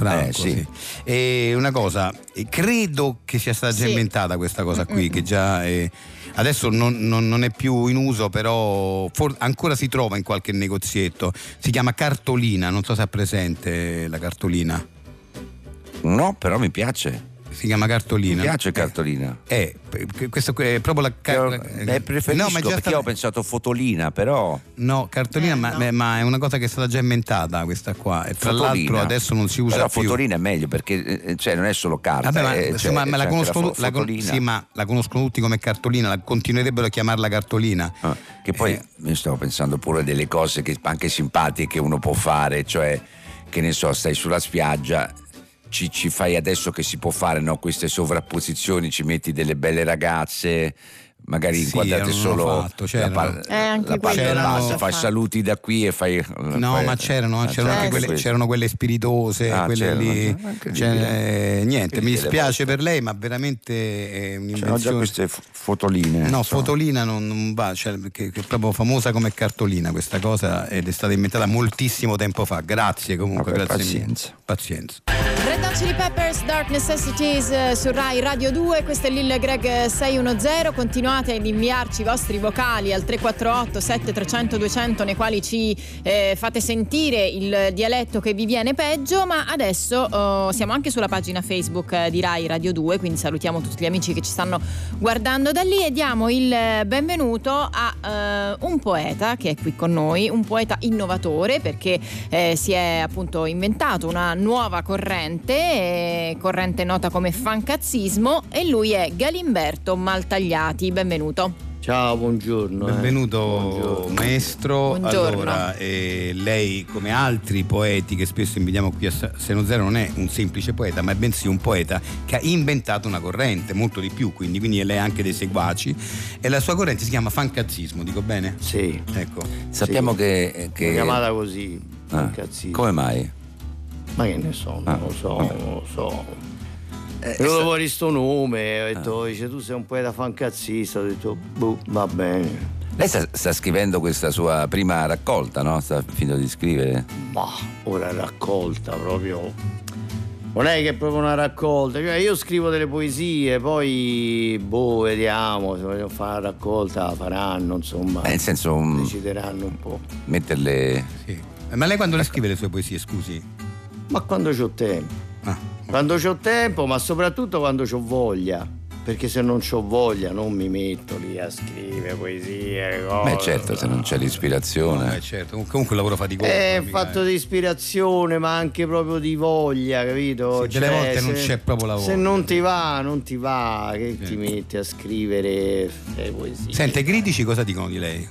[SPEAKER 2] E una cosa, credo che sia stata già inventata questa cosa qui, che già adesso non è più in uso, però ancora si trova in qualche negozietto. Si chiama cartolina, non so se è presente la cartolina.
[SPEAKER 3] No, però mi piace.
[SPEAKER 2] si chiama Cartolina.
[SPEAKER 3] Mi piace Cartolina.
[SPEAKER 2] Questo è proprio la
[SPEAKER 3] preferisco, no, ma perché ho pensato fotolina, però.
[SPEAKER 2] No, Cartolina, ma è una cosa che è stata già inventata questa qua. E tra
[SPEAKER 3] fotolina.
[SPEAKER 2] l'altro adesso non si usa
[SPEAKER 3] però
[SPEAKER 2] più.
[SPEAKER 3] Fotolina è meglio perché non è solo carta.
[SPEAKER 2] Vabbè, ma la conoscono, sì, ma la conoscono tutti come Cartolina, continuerebbero a chiamarla Cartolina.
[SPEAKER 3] Che poi io stavo pensando pure delle cose che anche simpatiche che uno può fare, cioè che ne so, stai sulla spiaggia, ci fai adesso che si può fare, no? Queste sovrapposizioni, ci metti delle belle ragazze magari inquadrate solo
[SPEAKER 2] fatto,
[SPEAKER 3] la parte bassa, fai saluti da qui e fai
[SPEAKER 2] ma c'erano anche quelle spiritose, quelle lì niente, mi dispiace per lei, ma veramente è un'invenzione.
[SPEAKER 3] C'erano già queste fotoline.
[SPEAKER 2] No, fotolina non va, perché è proprio famosa come Cartolina questa cosa, ed è stata inventata moltissimo tempo fa. Grazie comunque. Grazie, pazienza.
[SPEAKER 5] Red Hot Chili Peppers, Dark Necessities su Rai Radio 2. Questo è Lil Greg 610. Continuate ad inviarci i vostri vocali al 348 7300 200 nei quali ci fate sentire il dialetto che vi viene peggio. Ma adesso siamo anche sulla pagina Facebook di Rai Radio 2, quindi salutiamo tutti gli amici che ci stanno guardando da lì e diamo il benvenuto a un poeta che è qui con noi, un poeta innovatore, perché si è appunto inventato una nuova corrente nota come fancazzismo, e lui è Galimberto Maltagliati. Benvenuto.
[SPEAKER 6] Ciao, buongiorno.
[SPEAKER 2] Benvenuto,
[SPEAKER 6] buongiorno.
[SPEAKER 2] Maestro.
[SPEAKER 5] Buongiorno.
[SPEAKER 2] Allora, lei, come altri poeti che spesso invitiamo qui a Seno Zero, non è un semplice poeta, ma è bensì un poeta che ha inventato una corrente, molto di più, quindi lei ha anche dei seguaci, e la sua corrente si chiama fancazzismo, dico bene?
[SPEAKER 6] Sì.
[SPEAKER 2] Ecco.
[SPEAKER 3] Sappiamo che
[SPEAKER 6] è chiamata così, fancazzismo.
[SPEAKER 3] Come mai?
[SPEAKER 6] Ma che ne so, non lo so. Io fuori sto nome, ho detto, dice tu sei un poeta fancazzista, ho detto, va bene.
[SPEAKER 3] Lei sta scrivendo questa sua prima raccolta, no? Sta finendo di scrivere?
[SPEAKER 6] Ma ora raccolta proprio. Non è che è proprio una raccolta, cioè io scrivo delle poesie, poi vediamo, se vogliono fare una raccolta faranno, insomma.
[SPEAKER 3] Nel senso,
[SPEAKER 6] decideranno un po'.
[SPEAKER 3] Metterle.
[SPEAKER 2] Sì. Ma lei quando le scrive le sue poesie, scusi?
[SPEAKER 6] Ma quando c'ho tempo. Quando c'ho tempo, ma soprattutto quando c'ho voglia. Perché se non c'ho voglia non mi metto lì a scrivere poesie, cose.
[SPEAKER 3] Beh, certo, se non c'è l'ispirazione.
[SPEAKER 2] Certo, comunque un lavoro faticoso.
[SPEAKER 6] È fatto di ispirazione, ma anche proprio di voglia, capito?
[SPEAKER 2] Sì, delle volte non c'è proprio lavoro.
[SPEAKER 6] Se non ti va, che ti metti a scrivere le poesie.
[SPEAKER 2] Senta, i critici cosa dicono di lei?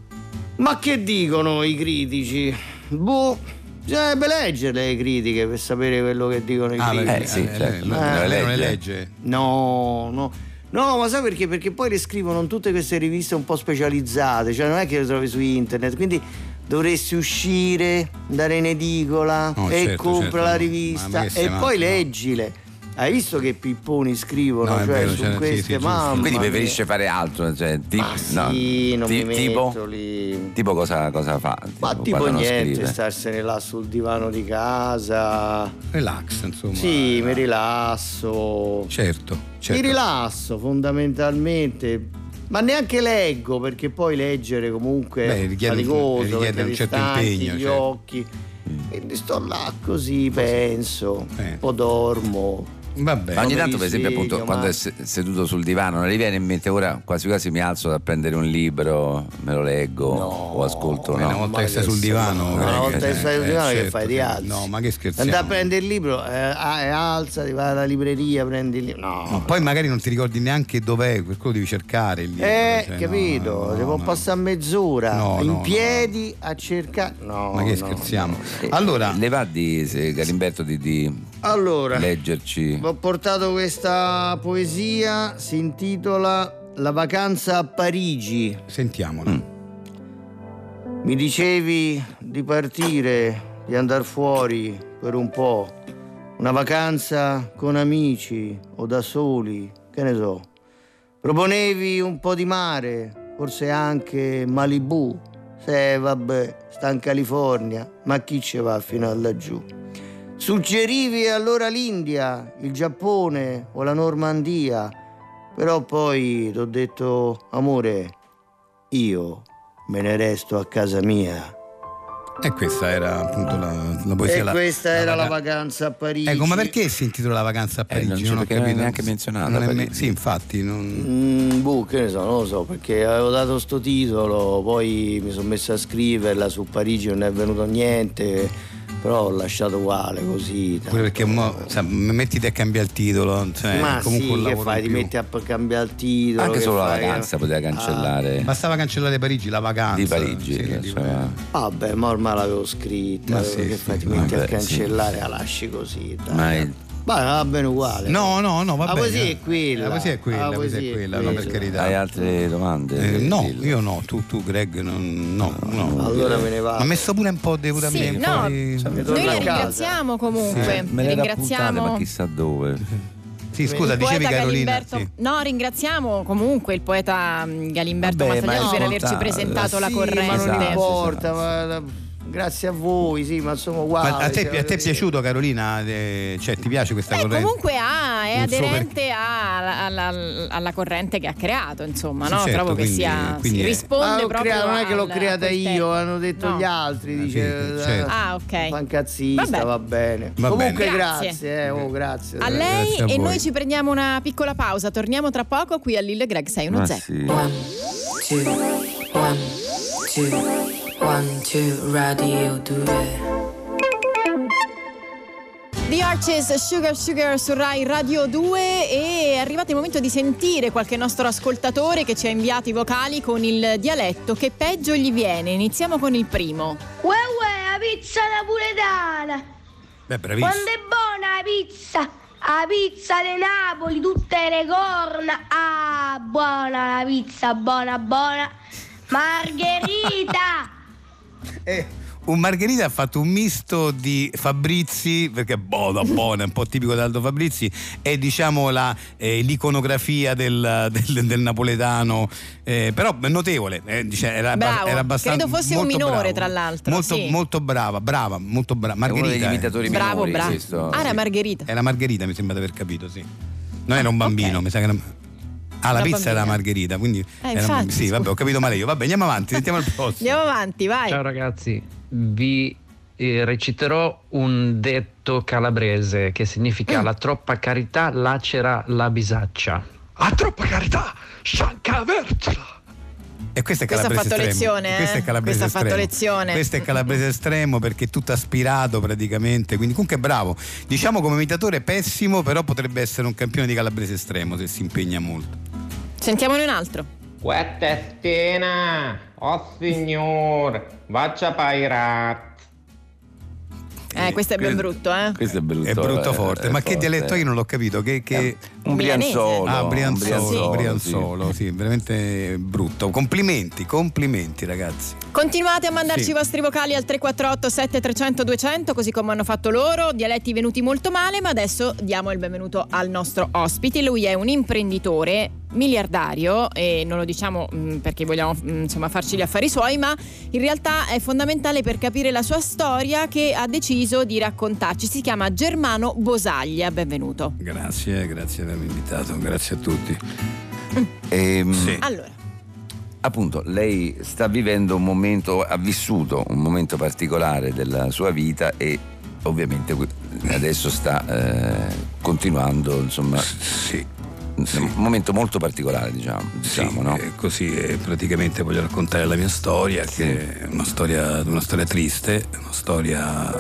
[SPEAKER 6] Ma che dicono i critici? Bisognerebbe leggere le critiche per sapere quello che dicono i critici.
[SPEAKER 3] Sì, certo.
[SPEAKER 2] Lei non le legge?
[SPEAKER 6] No, ma sai perché? Perché poi le scrivono in tutte queste riviste un po' specializzate, cioè non è che le trovi su internet, quindi dovresti uscire, andare in edicola e compra la rivista e poi leggile. Hai visto che pipponi scrivono, su queste mamme?
[SPEAKER 3] Quindi preferisce fare altro, cioè
[SPEAKER 6] non mi metto lì.
[SPEAKER 3] Tipo cosa fa?
[SPEAKER 6] Ma tipo niente, starsene là sul divano di casa.
[SPEAKER 2] Relax, insomma.
[SPEAKER 6] Sì, mi rilasso.
[SPEAKER 2] Certo.
[SPEAKER 6] Mi rilasso fondamentalmente. Ma neanche leggo, perché poi leggere comunque è faticoso,
[SPEAKER 2] richiede un certo impegno,
[SPEAKER 6] gli occhi. Quindi sto là così, penso, un po' dormo.
[SPEAKER 2] Vabbè.
[SPEAKER 3] Ogni tanto, per esempio, appunto, quando è seduto sul divano, non gli viene in mente ora quasi quasi mi alzo da prendere un libro, me lo leggo o ascolto.
[SPEAKER 2] Una volta che stai sul divano,
[SPEAKER 6] che fai? Ti alzi.
[SPEAKER 2] No, ma che scherziamo.
[SPEAKER 6] Andai a prendere il libro, alzati, vai alla libreria, prendi il libro. No.
[SPEAKER 2] Poi magari non ti ricordi neanche dov'è, per quello devi cercare il libro.
[SPEAKER 6] Capito? Devo passare mezz'ora in piedi a cercare. No.
[SPEAKER 2] Ma che scherziamo. Allora,
[SPEAKER 3] le va di Galimberto di leggerci?
[SPEAKER 6] Ho portato questa poesia, si intitola La vacanza a Parigi.
[SPEAKER 2] Sentiamola.
[SPEAKER 6] Mi dicevi di partire, di andare fuori per un po', una vacanza con amici o da soli, che ne so. Proponevi un po' di mare, forse anche Malibu. Vabbè, sta in California, ma chi ci va fino a laggiù? Suggerivi allora l'India, il Giappone o la Normandia, però poi t'ho detto, amore, io me ne resto a casa mia.
[SPEAKER 2] E questa era appunto la poesia.
[SPEAKER 6] E questa era la vacanza a Parigi.
[SPEAKER 2] Ecco, ma perché si intitola La vacanza a Parigi?
[SPEAKER 3] Non ho capito. Neanche menzionata.
[SPEAKER 2] Sì, infatti.
[SPEAKER 6] Che ne so, non lo so, perché avevo dato sto titolo, poi mi sono messo a scriverla, su Parigi non è venuto niente. Però ho lasciato uguale così.
[SPEAKER 2] Pure perché mettiti a cambiare il titolo. Cioè,
[SPEAKER 6] ma
[SPEAKER 2] comunque
[SPEAKER 6] sì, che fai? Ti metti a cambiare il titolo.
[SPEAKER 3] Anche solo la
[SPEAKER 6] fai?
[SPEAKER 3] vacanza poteva cancellare.
[SPEAKER 2] Bastava cancellare Parigi, la vacanza.
[SPEAKER 3] Di Parigi.
[SPEAKER 6] Vabbè, ma ormai l'avevo scritta.
[SPEAKER 2] Ma sì,
[SPEAKER 6] che fai? Ti metti a cancellare, la lasci così. Dai. Ma va bene uguale.
[SPEAKER 2] No, va bene.
[SPEAKER 6] La poesia è quella.
[SPEAKER 2] La poesia è quella, no, per carità.
[SPEAKER 3] Hai altre domande?
[SPEAKER 2] No, io no. Tu Greg, no.
[SPEAKER 6] Allora me ne vado.
[SPEAKER 2] Ma messo pure un po' di
[SPEAKER 5] noi la ringraziamo comunque.
[SPEAKER 3] Me le ringraziamo, ma chissà dove.
[SPEAKER 2] Sì, scusa, dicevi Carolina.
[SPEAKER 5] Sì. No, ringraziamo comunque il poeta Galimberto Massagliano per averci presentato la corrente.
[SPEAKER 6] Ma non importa, grazie a voi, sì, ma sono uguali.
[SPEAKER 2] Ma a te è piaciuto, Carolina? Cioè, ti piace questa corrente?
[SPEAKER 5] Comunque è aderente alla corrente che ha creato, insomma, no?
[SPEAKER 2] Certo,
[SPEAKER 5] trovo che si risponde proprio.
[SPEAKER 6] Non è che l'ho creata io, hanno detto gli altri. Dice,
[SPEAKER 2] certo.
[SPEAKER 5] Ok.
[SPEAKER 6] Fancazzista, va bene. Comunque, grazie. Grazie.
[SPEAKER 5] A lei,
[SPEAKER 2] grazie a
[SPEAKER 5] e
[SPEAKER 2] voi.
[SPEAKER 5] noi ci prendiamo una piccola pausa. Torniamo tra poco qui a Lille Greg 610.
[SPEAKER 1] 1, 2, Radio 2.
[SPEAKER 5] The Arches, Sugar su Rai Radio 2, e è arrivato il momento di sentire qualche nostro ascoltatore che ci ha inviato i vocali con il dialetto che peggio gli viene. Iniziamo con il primo.
[SPEAKER 7] Uè, la pizza napoletana.
[SPEAKER 2] Beh, bravissimo.
[SPEAKER 7] Quando è buona la pizza? La pizza di Napoli, tutte le corna. Ah, buona la pizza, buona. Margherita.
[SPEAKER 2] Un Margherita ha fatto un misto di Fabrizi, perché buona, è un po' tipico di Aldo Fabrizi, e diciamo l'iconografia del napoletano, però notevole, era abbastanza.
[SPEAKER 5] Credo fosse un minore, tra l'altro.
[SPEAKER 2] Molto brava. Margherita.
[SPEAKER 3] È uno degli imitatori minori.
[SPEAKER 5] Bravo. Era Margherita.
[SPEAKER 2] Era Margherita, mi sembra di aver capito, sì. Non era un bambino,
[SPEAKER 5] okay.
[SPEAKER 2] mi sa che era. La pizza era Margherita, quindi
[SPEAKER 5] infatti,
[SPEAKER 2] sì, vabbè, ho capito male io. Vabbè, andiamo avanti, sentiamo il prossimo.
[SPEAKER 5] Andiamo avanti, vai.
[SPEAKER 8] Ciao ragazzi, vi reciterò un detto calabrese che significa la troppa carità lacera la bisaccia. A troppa carità, scianca avercela.
[SPEAKER 2] E questo è
[SPEAKER 5] Questo ha fatto lezione,
[SPEAKER 2] Questo è calabrese
[SPEAKER 5] questo ha fatto lezione.
[SPEAKER 2] Questo è calabrese estremo, perché è tutto aspirato praticamente, quindi comunque bravo. Diciamo come imitatore pessimo, però potrebbe essere un campione di calabrese estremo se si impegna molto.
[SPEAKER 5] Sentiamone un altro.
[SPEAKER 9] Quattestina, oh signor, vaccia pairat.
[SPEAKER 5] Questo è ben brutto,
[SPEAKER 3] Questo è brutto.
[SPEAKER 2] È brutto forte. Ma che dialetto? Io non l'ho capito.
[SPEAKER 3] Un brianzolo.
[SPEAKER 2] Brianzolo, sì, veramente brutto. Complimenti ragazzi.
[SPEAKER 5] Continuate a mandarci i vostri vocali al 348 7300 200, così come hanno fatto loro, dialetti venuti molto male, ma adesso diamo il benvenuto al nostro ospite. Lui è un imprenditore miliardario, e non lo diciamo perché vogliamo farci gli affari suoi, ma in realtà è fondamentale per capire la sua storia, che ha deciso di raccontarci. Si chiama Germano Bosaglia. Benvenuto.
[SPEAKER 2] Grazie per avermi invitato, grazie a tutti.
[SPEAKER 3] Sì.
[SPEAKER 5] Allora,
[SPEAKER 3] appunto, lei sta vivendo ha vissuto un momento particolare della sua vita, e ovviamente adesso sta continuando, insomma.
[SPEAKER 2] Sì.
[SPEAKER 3] Un momento molto particolare, diciamo, no?
[SPEAKER 2] Così praticamente voglio raccontare la mia storia, che è una storia triste, una storia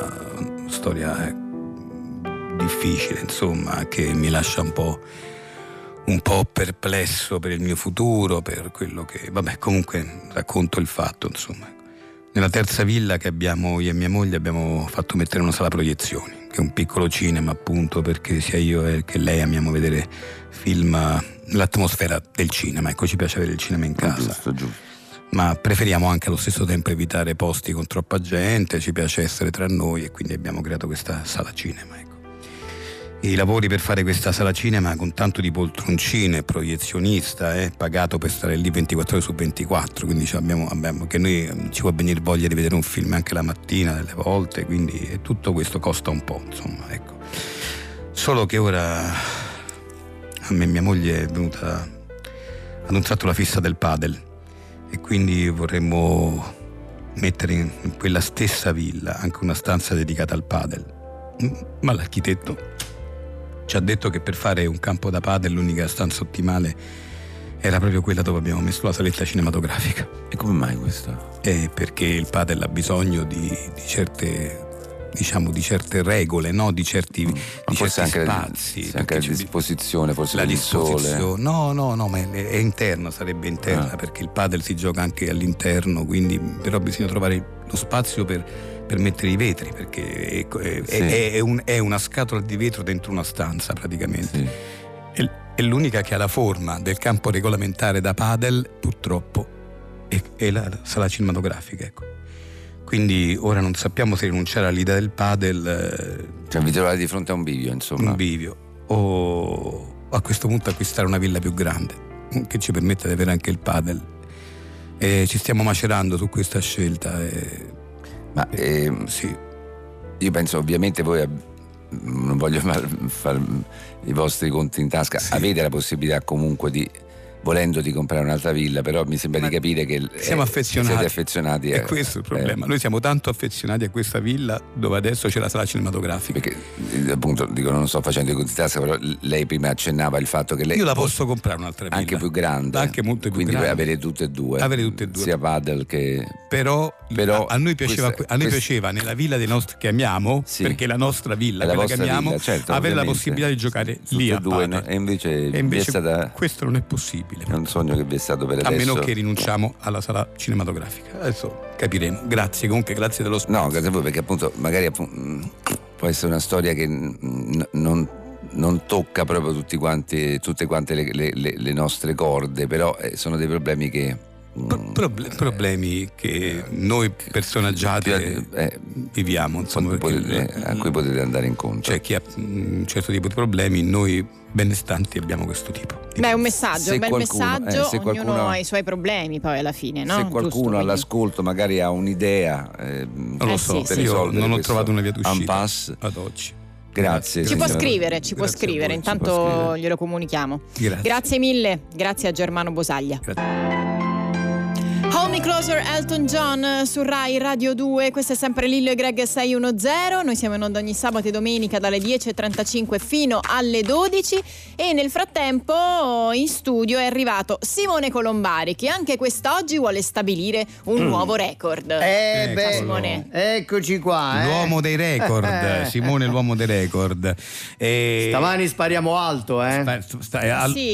[SPEAKER 2] difficile, insomma, che mi lascia un po' perplesso per il mio futuro, per quello che, comunque racconto il fatto, insomma. Nella terza villa che abbiamo io e mia moglie abbiamo fatto mettere una sala proiezioni, che è un piccolo cinema, appunto, perché sia io che lei amiamo vedere film, l'atmosfera del cinema. Ecco, ci piace avere il cinema in casa.
[SPEAKER 3] Giusto.
[SPEAKER 2] Ma preferiamo anche allo stesso tempo evitare posti con troppa gente, ci piace essere tra noi, e quindi abbiamo creato questa sala cinema, ecco. I lavori per fare questa sala cinema, con tanto di poltroncine, proiezionista, pagato per stare lì 24 ore su 24, quindi abbiamo che noi ci può venire voglia di vedere un film anche la mattina delle volte, quindi tutto questo costa un po', insomma, ecco. Solo che ora a me mia moglie è venuta ad un tratto la fissa del padel, e quindi vorremmo mettere in quella stessa villa anche una stanza dedicata al padel, ma l'architetto ci ha detto che per fare un campo da padel l'unica stanza ottimale era proprio quella dove abbiamo messo la saletta cinematografica.
[SPEAKER 3] E come mai questo?
[SPEAKER 2] Perché il padel ha bisogno di certe, diciamo, di certe regole, no? Di certi, di
[SPEAKER 3] forse
[SPEAKER 2] certi
[SPEAKER 3] anche
[SPEAKER 2] spazi.
[SPEAKER 3] Anche la disposizione, forse
[SPEAKER 2] la
[SPEAKER 3] del
[SPEAKER 2] disposizione.
[SPEAKER 3] sole.
[SPEAKER 2] No, ma è interna, sarebbe interna, perché il padel si gioca anche all'interno, quindi però bisogna trovare lo spazio per mettere i vetri, perché è una scatola di vetro dentro una stanza praticamente. Sì. È l'unica che ha la forma del campo regolamentare da padel, purtroppo, è la sala cinematografica, ecco. Quindi ora non sappiamo se rinunciare all'idea del padel,
[SPEAKER 3] cioè vi trovate di fronte a un bivio, insomma.
[SPEAKER 2] Un bivio, o a questo punto acquistare una villa più grande che ci permetta di avere anche il padel. Ci stiamo macerando su questa scelta.
[SPEAKER 3] Ma
[SPEAKER 2] sì.
[SPEAKER 3] Io penso, ovviamente voi non voglio fare i vostri conti in tasca, sì. Avete la possibilità comunque volendo di comprare un'altra villa, però mi sembra di capire che
[SPEAKER 2] siamo affezionati.
[SPEAKER 3] Siete affezionati.
[SPEAKER 2] È questo il problema. Noi siamo tanto affezionati a questa villa dove adesso c'è la sala cinematografica.
[SPEAKER 3] Perché appunto dico, non sto facendo i conti in tasca, però lei prima accennava il fatto che lei
[SPEAKER 2] io la posso comprare un'altra villa
[SPEAKER 3] anche più grande,
[SPEAKER 2] anche molto più
[SPEAKER 3] quindi
[SPEAKER 2] grande.
[SPEAKER 3] avere tutte e due. Sia padel che
[SPEAKER 2] però a noi piaceva nella villa dei nostri che amiamo, sì. Perché la nostra villa, quella che amiamo, villa, certo, avere la possibilità di giocare lì a padel.
[SPEAKER 3] E invece
[SPEAKER 2] questo non è possibile.
[SPEAKER 3] È un sogno che vi è stato per adesso.
[SPEAKER 2] A meno che rinunciamo alla sala cinematografica. Adesso capiremo. Grazie grazie dello spazio.
[SPEAKER 3] No, grazie a voi, perché appunto magari può essere una storia che non tocca proprio tutte quante le nostre corde, però sono dei problemi che
[SPEAKER 2] problemi che noi personaggiati viviamo, insomma,
[SPEAKER 3] a cui potete andare incontro.
[SPEAKER 2] C'è chi ha un certo tipo di problemi, noi benestanti abbiamo questo tipo.
[SPEAKER 5] Beh, è un messaggio, un bel messaggio, ognuno ha i suoi problemi poi alla fine, no?
[SPEAKER 3] Se qualcuno all'ascolto magari ha un'idea,
[SPEAKER 2] non lo so, io non ho trovato una via d'uscita ad oggi.
[SPEAKER 3] Grazie.
[SPEAKER 5] Ci può scrivere, intanto glielo comunichiamo. Grazie mille, grazie a Germano Bosaglia. Hold Me Closer, Elton John su Rai Radio 2. Questo è sempre Lillo e Greg 610. Noi siamo in onda ogni sabato e domenica dalle 10.35 fino alle 12. E nel frattempo in studio è arrivato Simone Colombari, che anche quest'oggi vuole stabilire un nuovo record.
[SPEAKER 6] Simone. Eccoci qua.
[SPEAKER 2] L'uomo dei record. Simone, l'uomo dei record.
[SPEAKER 6] Stamani spariamo alto,
[SPEAKER 5] Sì.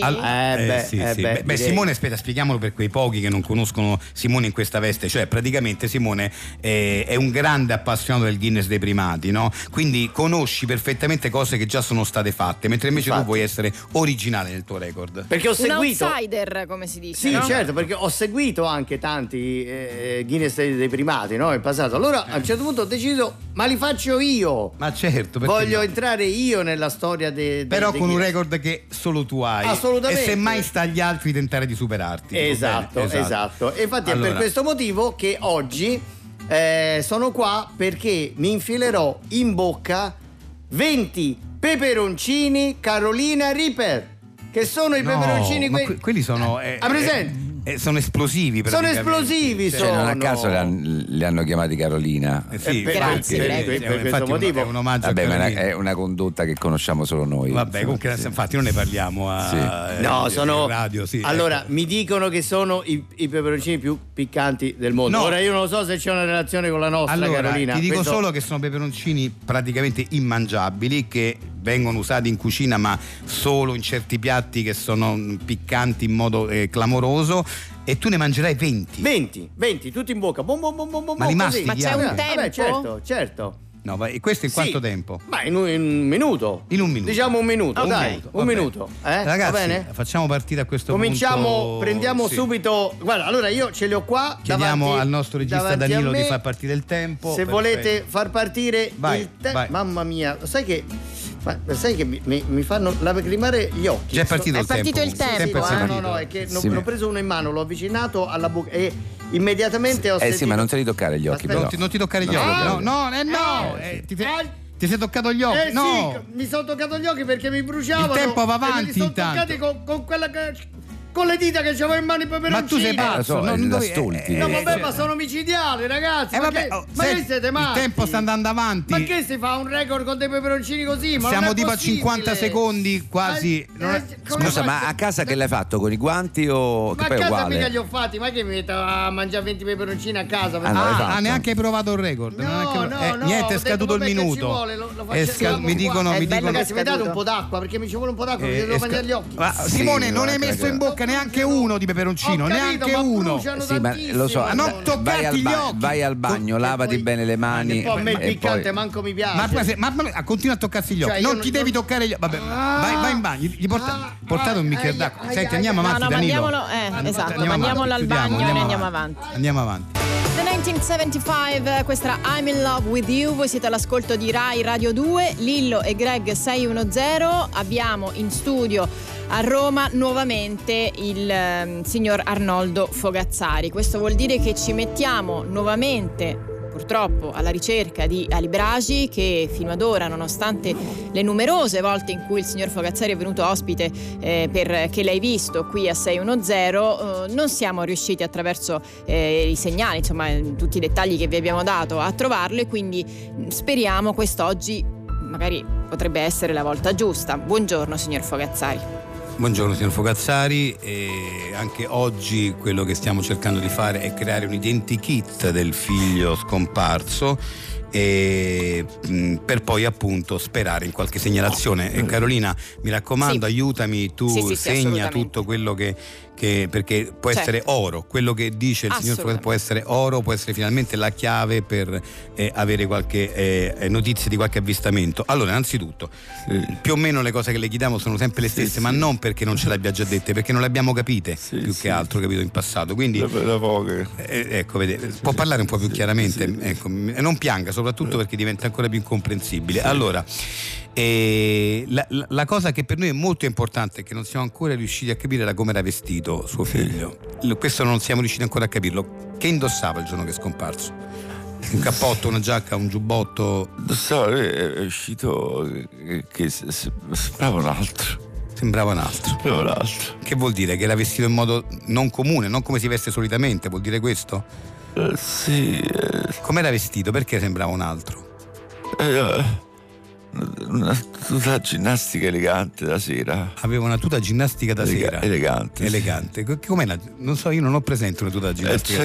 [SPEAKER 2] Beh, Simone, aspetta, spieghiamolo per quei pochi che non conoscono Simone in questa veste. Cioè praticamente Simone è un grande appassionato del Guinness dei primati, no? Quindi conosci perfettamente cose che già sono state fatte, mentre invece tu vuoi essere originale nel tuo record.
[SPEAKER 6] Perché ho seguito
[SPEAKER 5] un outsider, come si dice.
[SPEAKER 6] Sì,
[SPEAKER 5] no?
[SPEAKER 6] certo, perché ho seguito anche tanti Guinness dei primati, no? In passato. Allora a un certo punto ho deciso, ma li faccio io.
[SPEAKER 2] Ma certo,
[SPEAKER 6] voglio entrare io nella storia
[SPEAKER 2] però con un record che solo tu hai.
[SPEAKER 6] Assolutamente.
[SPEAKER 2] E semmai sta agli altri tentare di superarti.
[SPEAKER 6] Esatto. E infatti è per questo motivo che oggi sono qua, perché mi infilerò in bocca 20 peperoncini Carolina Reaper, che sono i peperoncini
[SPEAKER 2] quelli sono
[SPEAKER 6] presente?
[SPEAKER 2] Sono esplosivi,
[SPEAKER 6] sono esplosivi,
[SPEAKER 3] non a caso li hanno chiamati Carolina.
[SPEAKER 2] Sì,
[SPEAKER 5] grazie,
[SPEAKER 6] per questo motivo.
[SPEAKER 2] È un omaggio.
[SPEAKER 3] Vabbè, ma è una condotta che conosciamo solo noi.
[SPEAKER 2] Vabbè, comunque infatti non ne parliamo
[SPEAKER 6] sono
[SPEAKER 2] radio, sì.
[SPEAKER 6] Allora, mi dicono che sono i peperoncini più piccanti del mondo. Ora io non lo so se c'è una relazione con la nostra, Carolina.
[SPEAKER 2] Ti dico solo che sono peperoncini praticamente immangiabili, che vengono usati in cucina ma solo in certi piatti che sono piccanti in modo clamoroso, e tu ne mangerai 20
[SPEAKER 6] tutti in bocca,
[SPEAKER 2] ma li mastichi?
[SPEAKER 5] Ma c'è un tempo?
[SPEAKER 6] Vabbè, certo.
[SPEAKER 2] No, e questo in quanto tempo?
[SPEAKER 6] Ma in un minuto. Diciamo un minuto, un minuto.
[SPEAKER 2] Ragazzi,
[SPEAKER 6] va bene?
[SPEAKER 2] Facciamo partire a questo
[SPEAKER 6] punto. Prendiamo subito. Guarda, allora io ce li ho qua.
[SPEAKER 2] Chiediamo al nostro regista Danilo di far partire il tempo.
[SPEAKER 6] Se volete far partire il tempo. Mamma mia, sai che mi fanno lacrimare gli occhi.
[SPEAKER 2] Già è partito il tempo.
[SPEAKER 6] No, è che l'ho preso uno in mano, l'ho avvicinato alla bocca e immediatamente ho sentito.
[SPEAKER 3] Sì, ma non te li toccare gli occhi.
[SPEAKER 2] Non ti toccare gli occhi. No. Ti sei toccato gli occhi?
[SPEAKER 6] No. Sì, mi sono toccato gli occhi perché mi bruciavano.
[SPEAKER 2] Il tempo va avanti.
[SPEAKER 6] Mi sono toccati con quella con le dita che c'avevo in mano i peperoncini.
[SPEAKER 2] Ma tu sei pazzo,
[SPEAKER 3] non da stolti.
[SPEAKER 6] No, vabbè, ma sono micidiali, ragazzi. Ma che siete matti?
[SPEAKER 2] Il tempo sta andando avanti.
[SPEAKER 6] Ma che si fa un record con dei peperoncini così? Ma
[SPEAKER 2] siamo tipo a 50 secondi quasi.
[SPEAKER 3] Scusa, ma a casa che l'hai fatto? Con i guanti o
[SPEAKER 6] ma
[SPEAKER 3] che poi è
[SPEAKER 6] a casa
[SPEAKER 3] uguale?
[SPEAKER 6] mica li ho fatti, ma che mi metto a mangiare 20 peperoncini a casa?
[SPEAKER 2] Neanche hai provato il record?
[SPEAKER 6] No,
[SPEAKER 2] niente, è scaduto il minuto.
[SPEAKER 6] Mi dicono ragazzi, mi date un po' d'acqua perché mi ci vuole un po' d'acqua perché devo mangiare gli occhi.
[SPEAKER 2] Ma Simone, non hai messo in bocca neanche uno di peperoncino, neanche uno.
[SPEAKER 3] Sì, ma lo so,
[SPEAKER 2] non toccarti gli occhi.
[SPEAKER 3] Vai al bagno, lavati bene le mani.
[SPEAKER 6] A me il piccante manco mi piace.
[SPEAKER 2] Ma continua a toccarsi gli occhi, non ti devi toccare gli occhi. Vabbè, vai in bagno, gli portate un bicchiere d'acqua. Senti, andiamo avanti, Danilo.
[SPEAKER 5] Esatto, mandiamolo al bagno e andiamo avanti.
[SPEAKER 2] Andiamo avanti.
[SPEAKER 5] The 1975, questa era I'm in Love with You. Voi siete all'ascolto di Rai Radio 2, Lillo e Greg 610. Abbiamo in studio a Roma nuovamente il signor Arnoldo Fogazzari. Questo vuol dire che ci mettiamo nuovamente, purtroppo, alla ricerca di Ali Bragi, che fino ad ora, nonostante le numerose volte in cui il signor Fogazzari è venuto ospite che l'hai visto qui a 610, non siamo riusciti attraverso i segnali, insomma tutti i dettagli che vi abbiamo dato, a trovarlo, e quindi speriamo quest'oggi magari potrebbe essere la volta giusta. Buongiorno signor Fogazzari.
[SPEAKER 2] Buongiorno signor Fogazzari, e anche oggi quello che stiamo cercando di fare è creare un identikit del figlio scomparso, per poi appunto sperare in qualche segnalazione. E Carolina, mi raccomando, aiutami, tu segna tutto quello che perché può essere oro, quello che dice il signor Fogazzari può essere oro, può essere finalmente la chiave per avere qualche notizia di qualche avvistamento. Allora, innanzitutto, più o meno le cose che le chiediamo sono sempre le stesse, ma non perché non ce le abbia già dette, perché non le abbiamo capite che altro, capito, in passato. Quindi ecco, vede, può parlare un po' più chiaramente, ecco, e non pianga, soprattutto perché diventa ancora più incomprensibile. Allora, la cosa che per noi è molto importante è che non siamo ancora riusciti a capire come era vestito suo figlio. Questo non siamo riusciti ancora a capirlo. Che indossava il giorno che è scomparso? Un cappotto, una giacca, un giubbotto?
[SPEAKER 10] È uscito che sembrava un altro.
[SPEAKER 2] Sembrava un altro. Che vuol dire? Che era vestito in modo non comune, non come si veste solitamente, vuol dire questo?
[SPEAKER 10] Sì.
[SPEAKER 2] Com'era vestito? Perché sembrava un altro?
[SPEAKER 10] Una tuta ginnastica elegante da sera.
[SPEAKER 2] Aveva una tuta ginnastica da sera?
[SPEAKER 10] Elegante.
[SPEAKER 2] Com'è? Non so, io non ho presente una tuta ginnastica.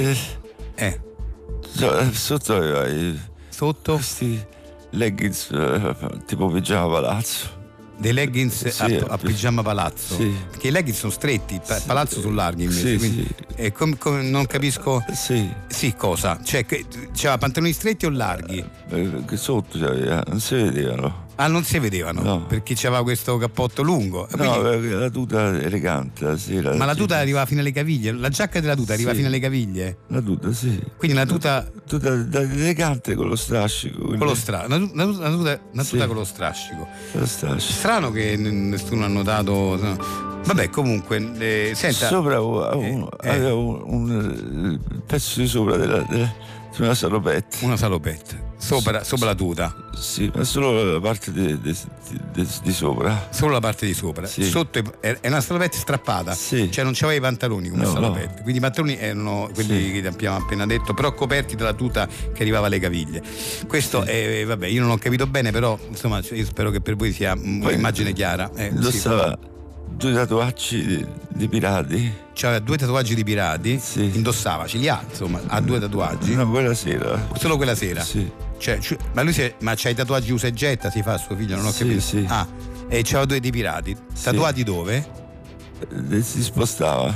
[SPEAKER 10] Sotto aveva questi leggings tipo pigiama palazzo.
[SPEAKER 2] Dei leggings a pigiama palazzo?
[SPEAKER 10] Sì.
[SPEAKER 2] Perché i leggings sono stretti, palazzo sono larghi invece. Quindi, non capisco. Sì, cosa? Cioè, c'aveva pantaloni stretti o larghi?
[SPEAKER 10] Sotto non si vedevano.
[SPEAKER 2] Ah, non si vedevano? No. Perché c'aveva questo cappotto lungo?
[SPEAKER 10] No, la tuta elegante la sera.
[SPEAKER 2] Ma la tuta arriva fino alle caviglie? La giacca della tuta arriva fino alle caviglie?
[SPEAKER 10] La tuta, sì.
[SPEAKER 2] Quindi una tuta
[SPEAKER 10] elegante con lo strascico.
[SPEAKER 2] Con lo strascico. Una tuta con lo strascico. Strano che nessuno ha notato. Vabbè, comunque, senta.
[SPEAKER 10] Sopra aveva un pezzo di sopra di una salopetta.
[SPEAKER 2] Una salopetta. Sopra la tuta?
[SPEAKER 10] Sì, ma solo la parte di sopra.
[SPEAKER 2] Solo la parte di sopra?
[SPEAKER 10] Sì.
[SPEAKER 2] Sotto è una salopetta strappata?
[SPEAKER 10] Sì.
[SPEAKER 2] Cioè non c'aveva i pantaloni come salopetta? No. Quindi i pantaloni erano quelli che abbiamo appena detto, però coperti dalla tuta che arrivava alle caviglie. Questo è, vabbè, io non ho capito bene, però insomma io spero che per voi sia un'immagine chiara.
[SPEAKER 10] Indossava 2 tatuaggi di pirati.
[SPEAKER 2] C'aveva 2 tatuaggi di pirati?
[SPEAKER 10] Sì.
[SPEAKER 2] Indossava, ce li ha, insomma, ha 2 tatuaggi?
[SPEAKER 10] No, quella sera.
[SPEAKER 2] Solo quella sera?
[SPEAKER 10] Sì.
[SPEAKER 2] Cioè, ma c'ha i tatuaggi usa e getta, si fa suo figlio, non ho capito.
[SPEAKER 10] Sì.
[SPEAKER 2] Ah, e c'aveva 2 di pirati. Tatuati dove?
[SPEAKER 10] Si spostavano.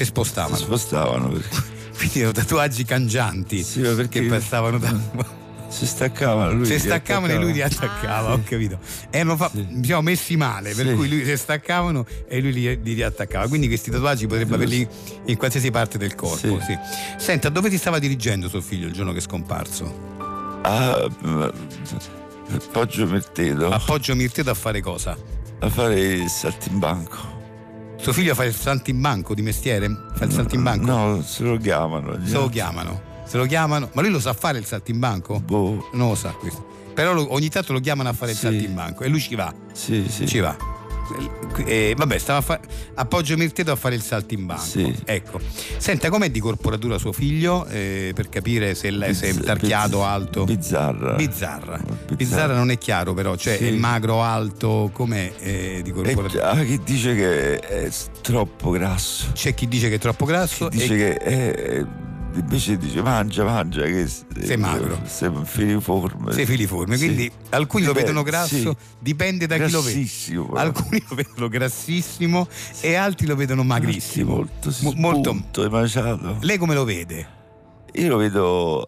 [SPEAKER 2] Quindi erano tatuaggi cangianti.
[SPEAKER 10] Sì, perché
[SPEAKER 2] passavano
[SPEAKER 10] si staccavano, lui
[SPEAKER 2] si staccavano e lui li attaccava, ho capito. Mi siamo messi male, per cui lui si staccavano e lui li riattaccava. Quindi questi tatuaggi potrebbe averli in qualsiasi parte del corpo. Sì. Senta, dove si stava dirigendo suo figlio il giorno che è scomparso?
[SPEAKER 10] A Poggio Mirteto.
[SPEAKER 2] A Poggio Mirteto a fare cosa?
[SPEAKER 10] A fare il saltimbanco.
[SPEAKER 2] Suo figlio fa il saltimbanco di mestiere? Fa il saltimbanco?
[SPEAKER 10] No, se lo chiamano.
[SPEAKER 2] Se lo chiamano, ma lui lo sa fare il saltimbanco? Non lo sa questo. Però ogni tanto lo chiamano a fare il saltimbanco e lui ci va.
[SPEAKER 10] Sì.
[SPEAKER 2] Ci va. vabbè, stava a Poggio Mirteto a fare il saltimbanco.
[SPEAKER 10] Sì.
[SPEAKER 2] Ecco. Senta, com'è di corporatura suo figlio? Per capire se è tarchiato, alto.
[SPEAKER 10] Bizzarra
[SPEAKER 2] non è chiaro, però, cioè è magro, alto, com'è di corporatura?
[SPEAKER 10] Chi dice che è troppo grasso.
[SPEAKER 2] C'è chi dice che è troppo grasso.
[SPEAKER 10] Chi dice che è, invece dice mangia che
[SPEAKER 2] sei magro,
[SPEAKER 10] sei filiforme.
[SPEAKER 2] Sei filiforme, quindi alcuni lo vedono grasso, dipende da chi lo vede. Alcuni lo vedono grassissimo e altri lo vedono magrissimo. Molto
[SPEAKER 10] emaciato.
[SPEAKER 2] Lei come lo vede?
[SPEAKER 10] Io lo vedo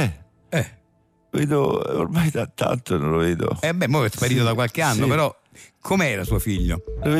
[SPEAKER 10] vedo ormai da tanto non lo vedo.
[SPEAKER 2] Mo è sparito da qualche anno, però com'era suo figlio?
[SPEAKER 10] Lo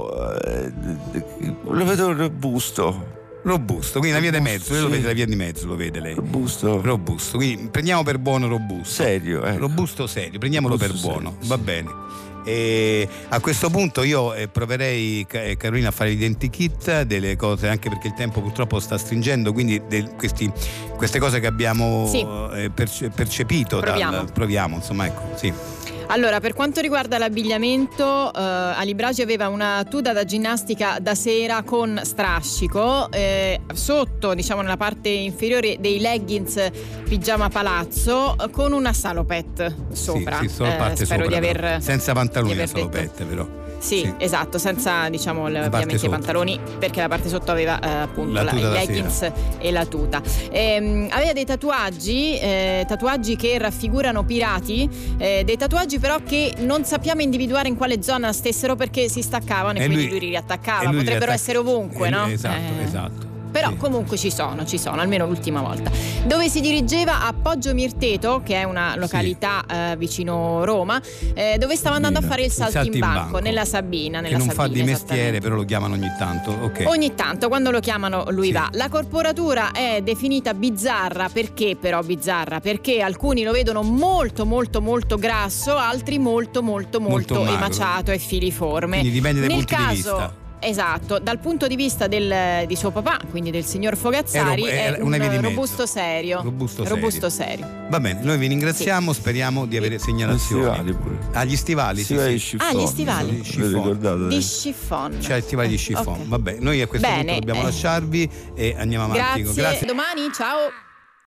[SPEAKER 10] vedo robusto, quindi la via di mezzo. Lei lo vede, la via di mezzo lo vede lei. Robusto,
[SPEAKER 2] quindi prendiamo per buono robusto.
[SPEAKER 10] Serio,
[SPEAKER 2] robusto serio, prendiamolo
[SPEAKER 10] robusto,
[SPEAKER 2] per buono,
[SPEAKER 10] serio.
[SPEAKER 2] va bene. E a questo punto io proverei, Carolina, a fare l'identikit delle cose, anche perché il tempo purtroppo sta stringendo, quindi queste cose che abbiamo percepito. Proviamo, insomma, ecco, sì.
[SPEAKER 5] Allora, per quanto riguarda l'abbigliamento, Ali Bragi aveva una tuta da ginnastica da sera con strascico, sotto, diciamo nella parte inferiore, dei leggings pigiama palazzo con una salopette sopra.
[SPEAKER 2] Sì, solo parte
[SPEAKER 5] spero
[SPEAKER 2] sopra,
[SPEAKER 5] di aver
[SPEAKER 2] senza pantaloni la salopette, però.
[SPEAKER 5] Sì, esatto, senza ovviamente i pantaloni, perché la parte sotto aveva appunto i leggings e la tuta. Aveva dei tatuaggi che raffigurano pirati, dei tatuaggi però che non sappiamo individuare in quale zona stessero, perché si staccavano e quindi lui li riattaccava. Potrebbero essere ovunque, no?
[SPEAKER 2] Esatto.
[SPEAKER 5] Però comunque ci sono, almeno l'ultima volta. Dove si dirigeva? A Poggio Mirteto, che è una località vicino Roma, dove stava andando a fare il saltimbanco nella Sabina.
[SPEAKER 2] Che non fa di mestiere, però lo chiamano ogni tanto. Okay.
[SPEAKER 5] Ogni tanto, quando lo chiamano lui va. La corporatura è definita bizzarra. Perché però bizzarra? Perché alcuni lo vedono molto molto molto grasso, altri molto emaciato e filiforme.
[SPEAKER 2] Quindi dipende dai punti di vista.
[SPEAKER 5] Esatto, dal punto di vista di suo papà, quindi del signor Fogazzari, è un robusto serio. Robusto serio.
[SPEAKER 2] Va bene, noi vi ringraziamo, speriamo di avere segnalazioni. Gli stivali?
[SPEAKER 10] Sì.
[SPEAKER 5] Gli stivali di chiffon.
[SPEAKER 2] C'è i stivali di chiffon. Vabbè, noi a questo punto dobbiamo lasciarvi e andiamo avanti.
[SPEAKER 5] Grazie. Domani, ciao.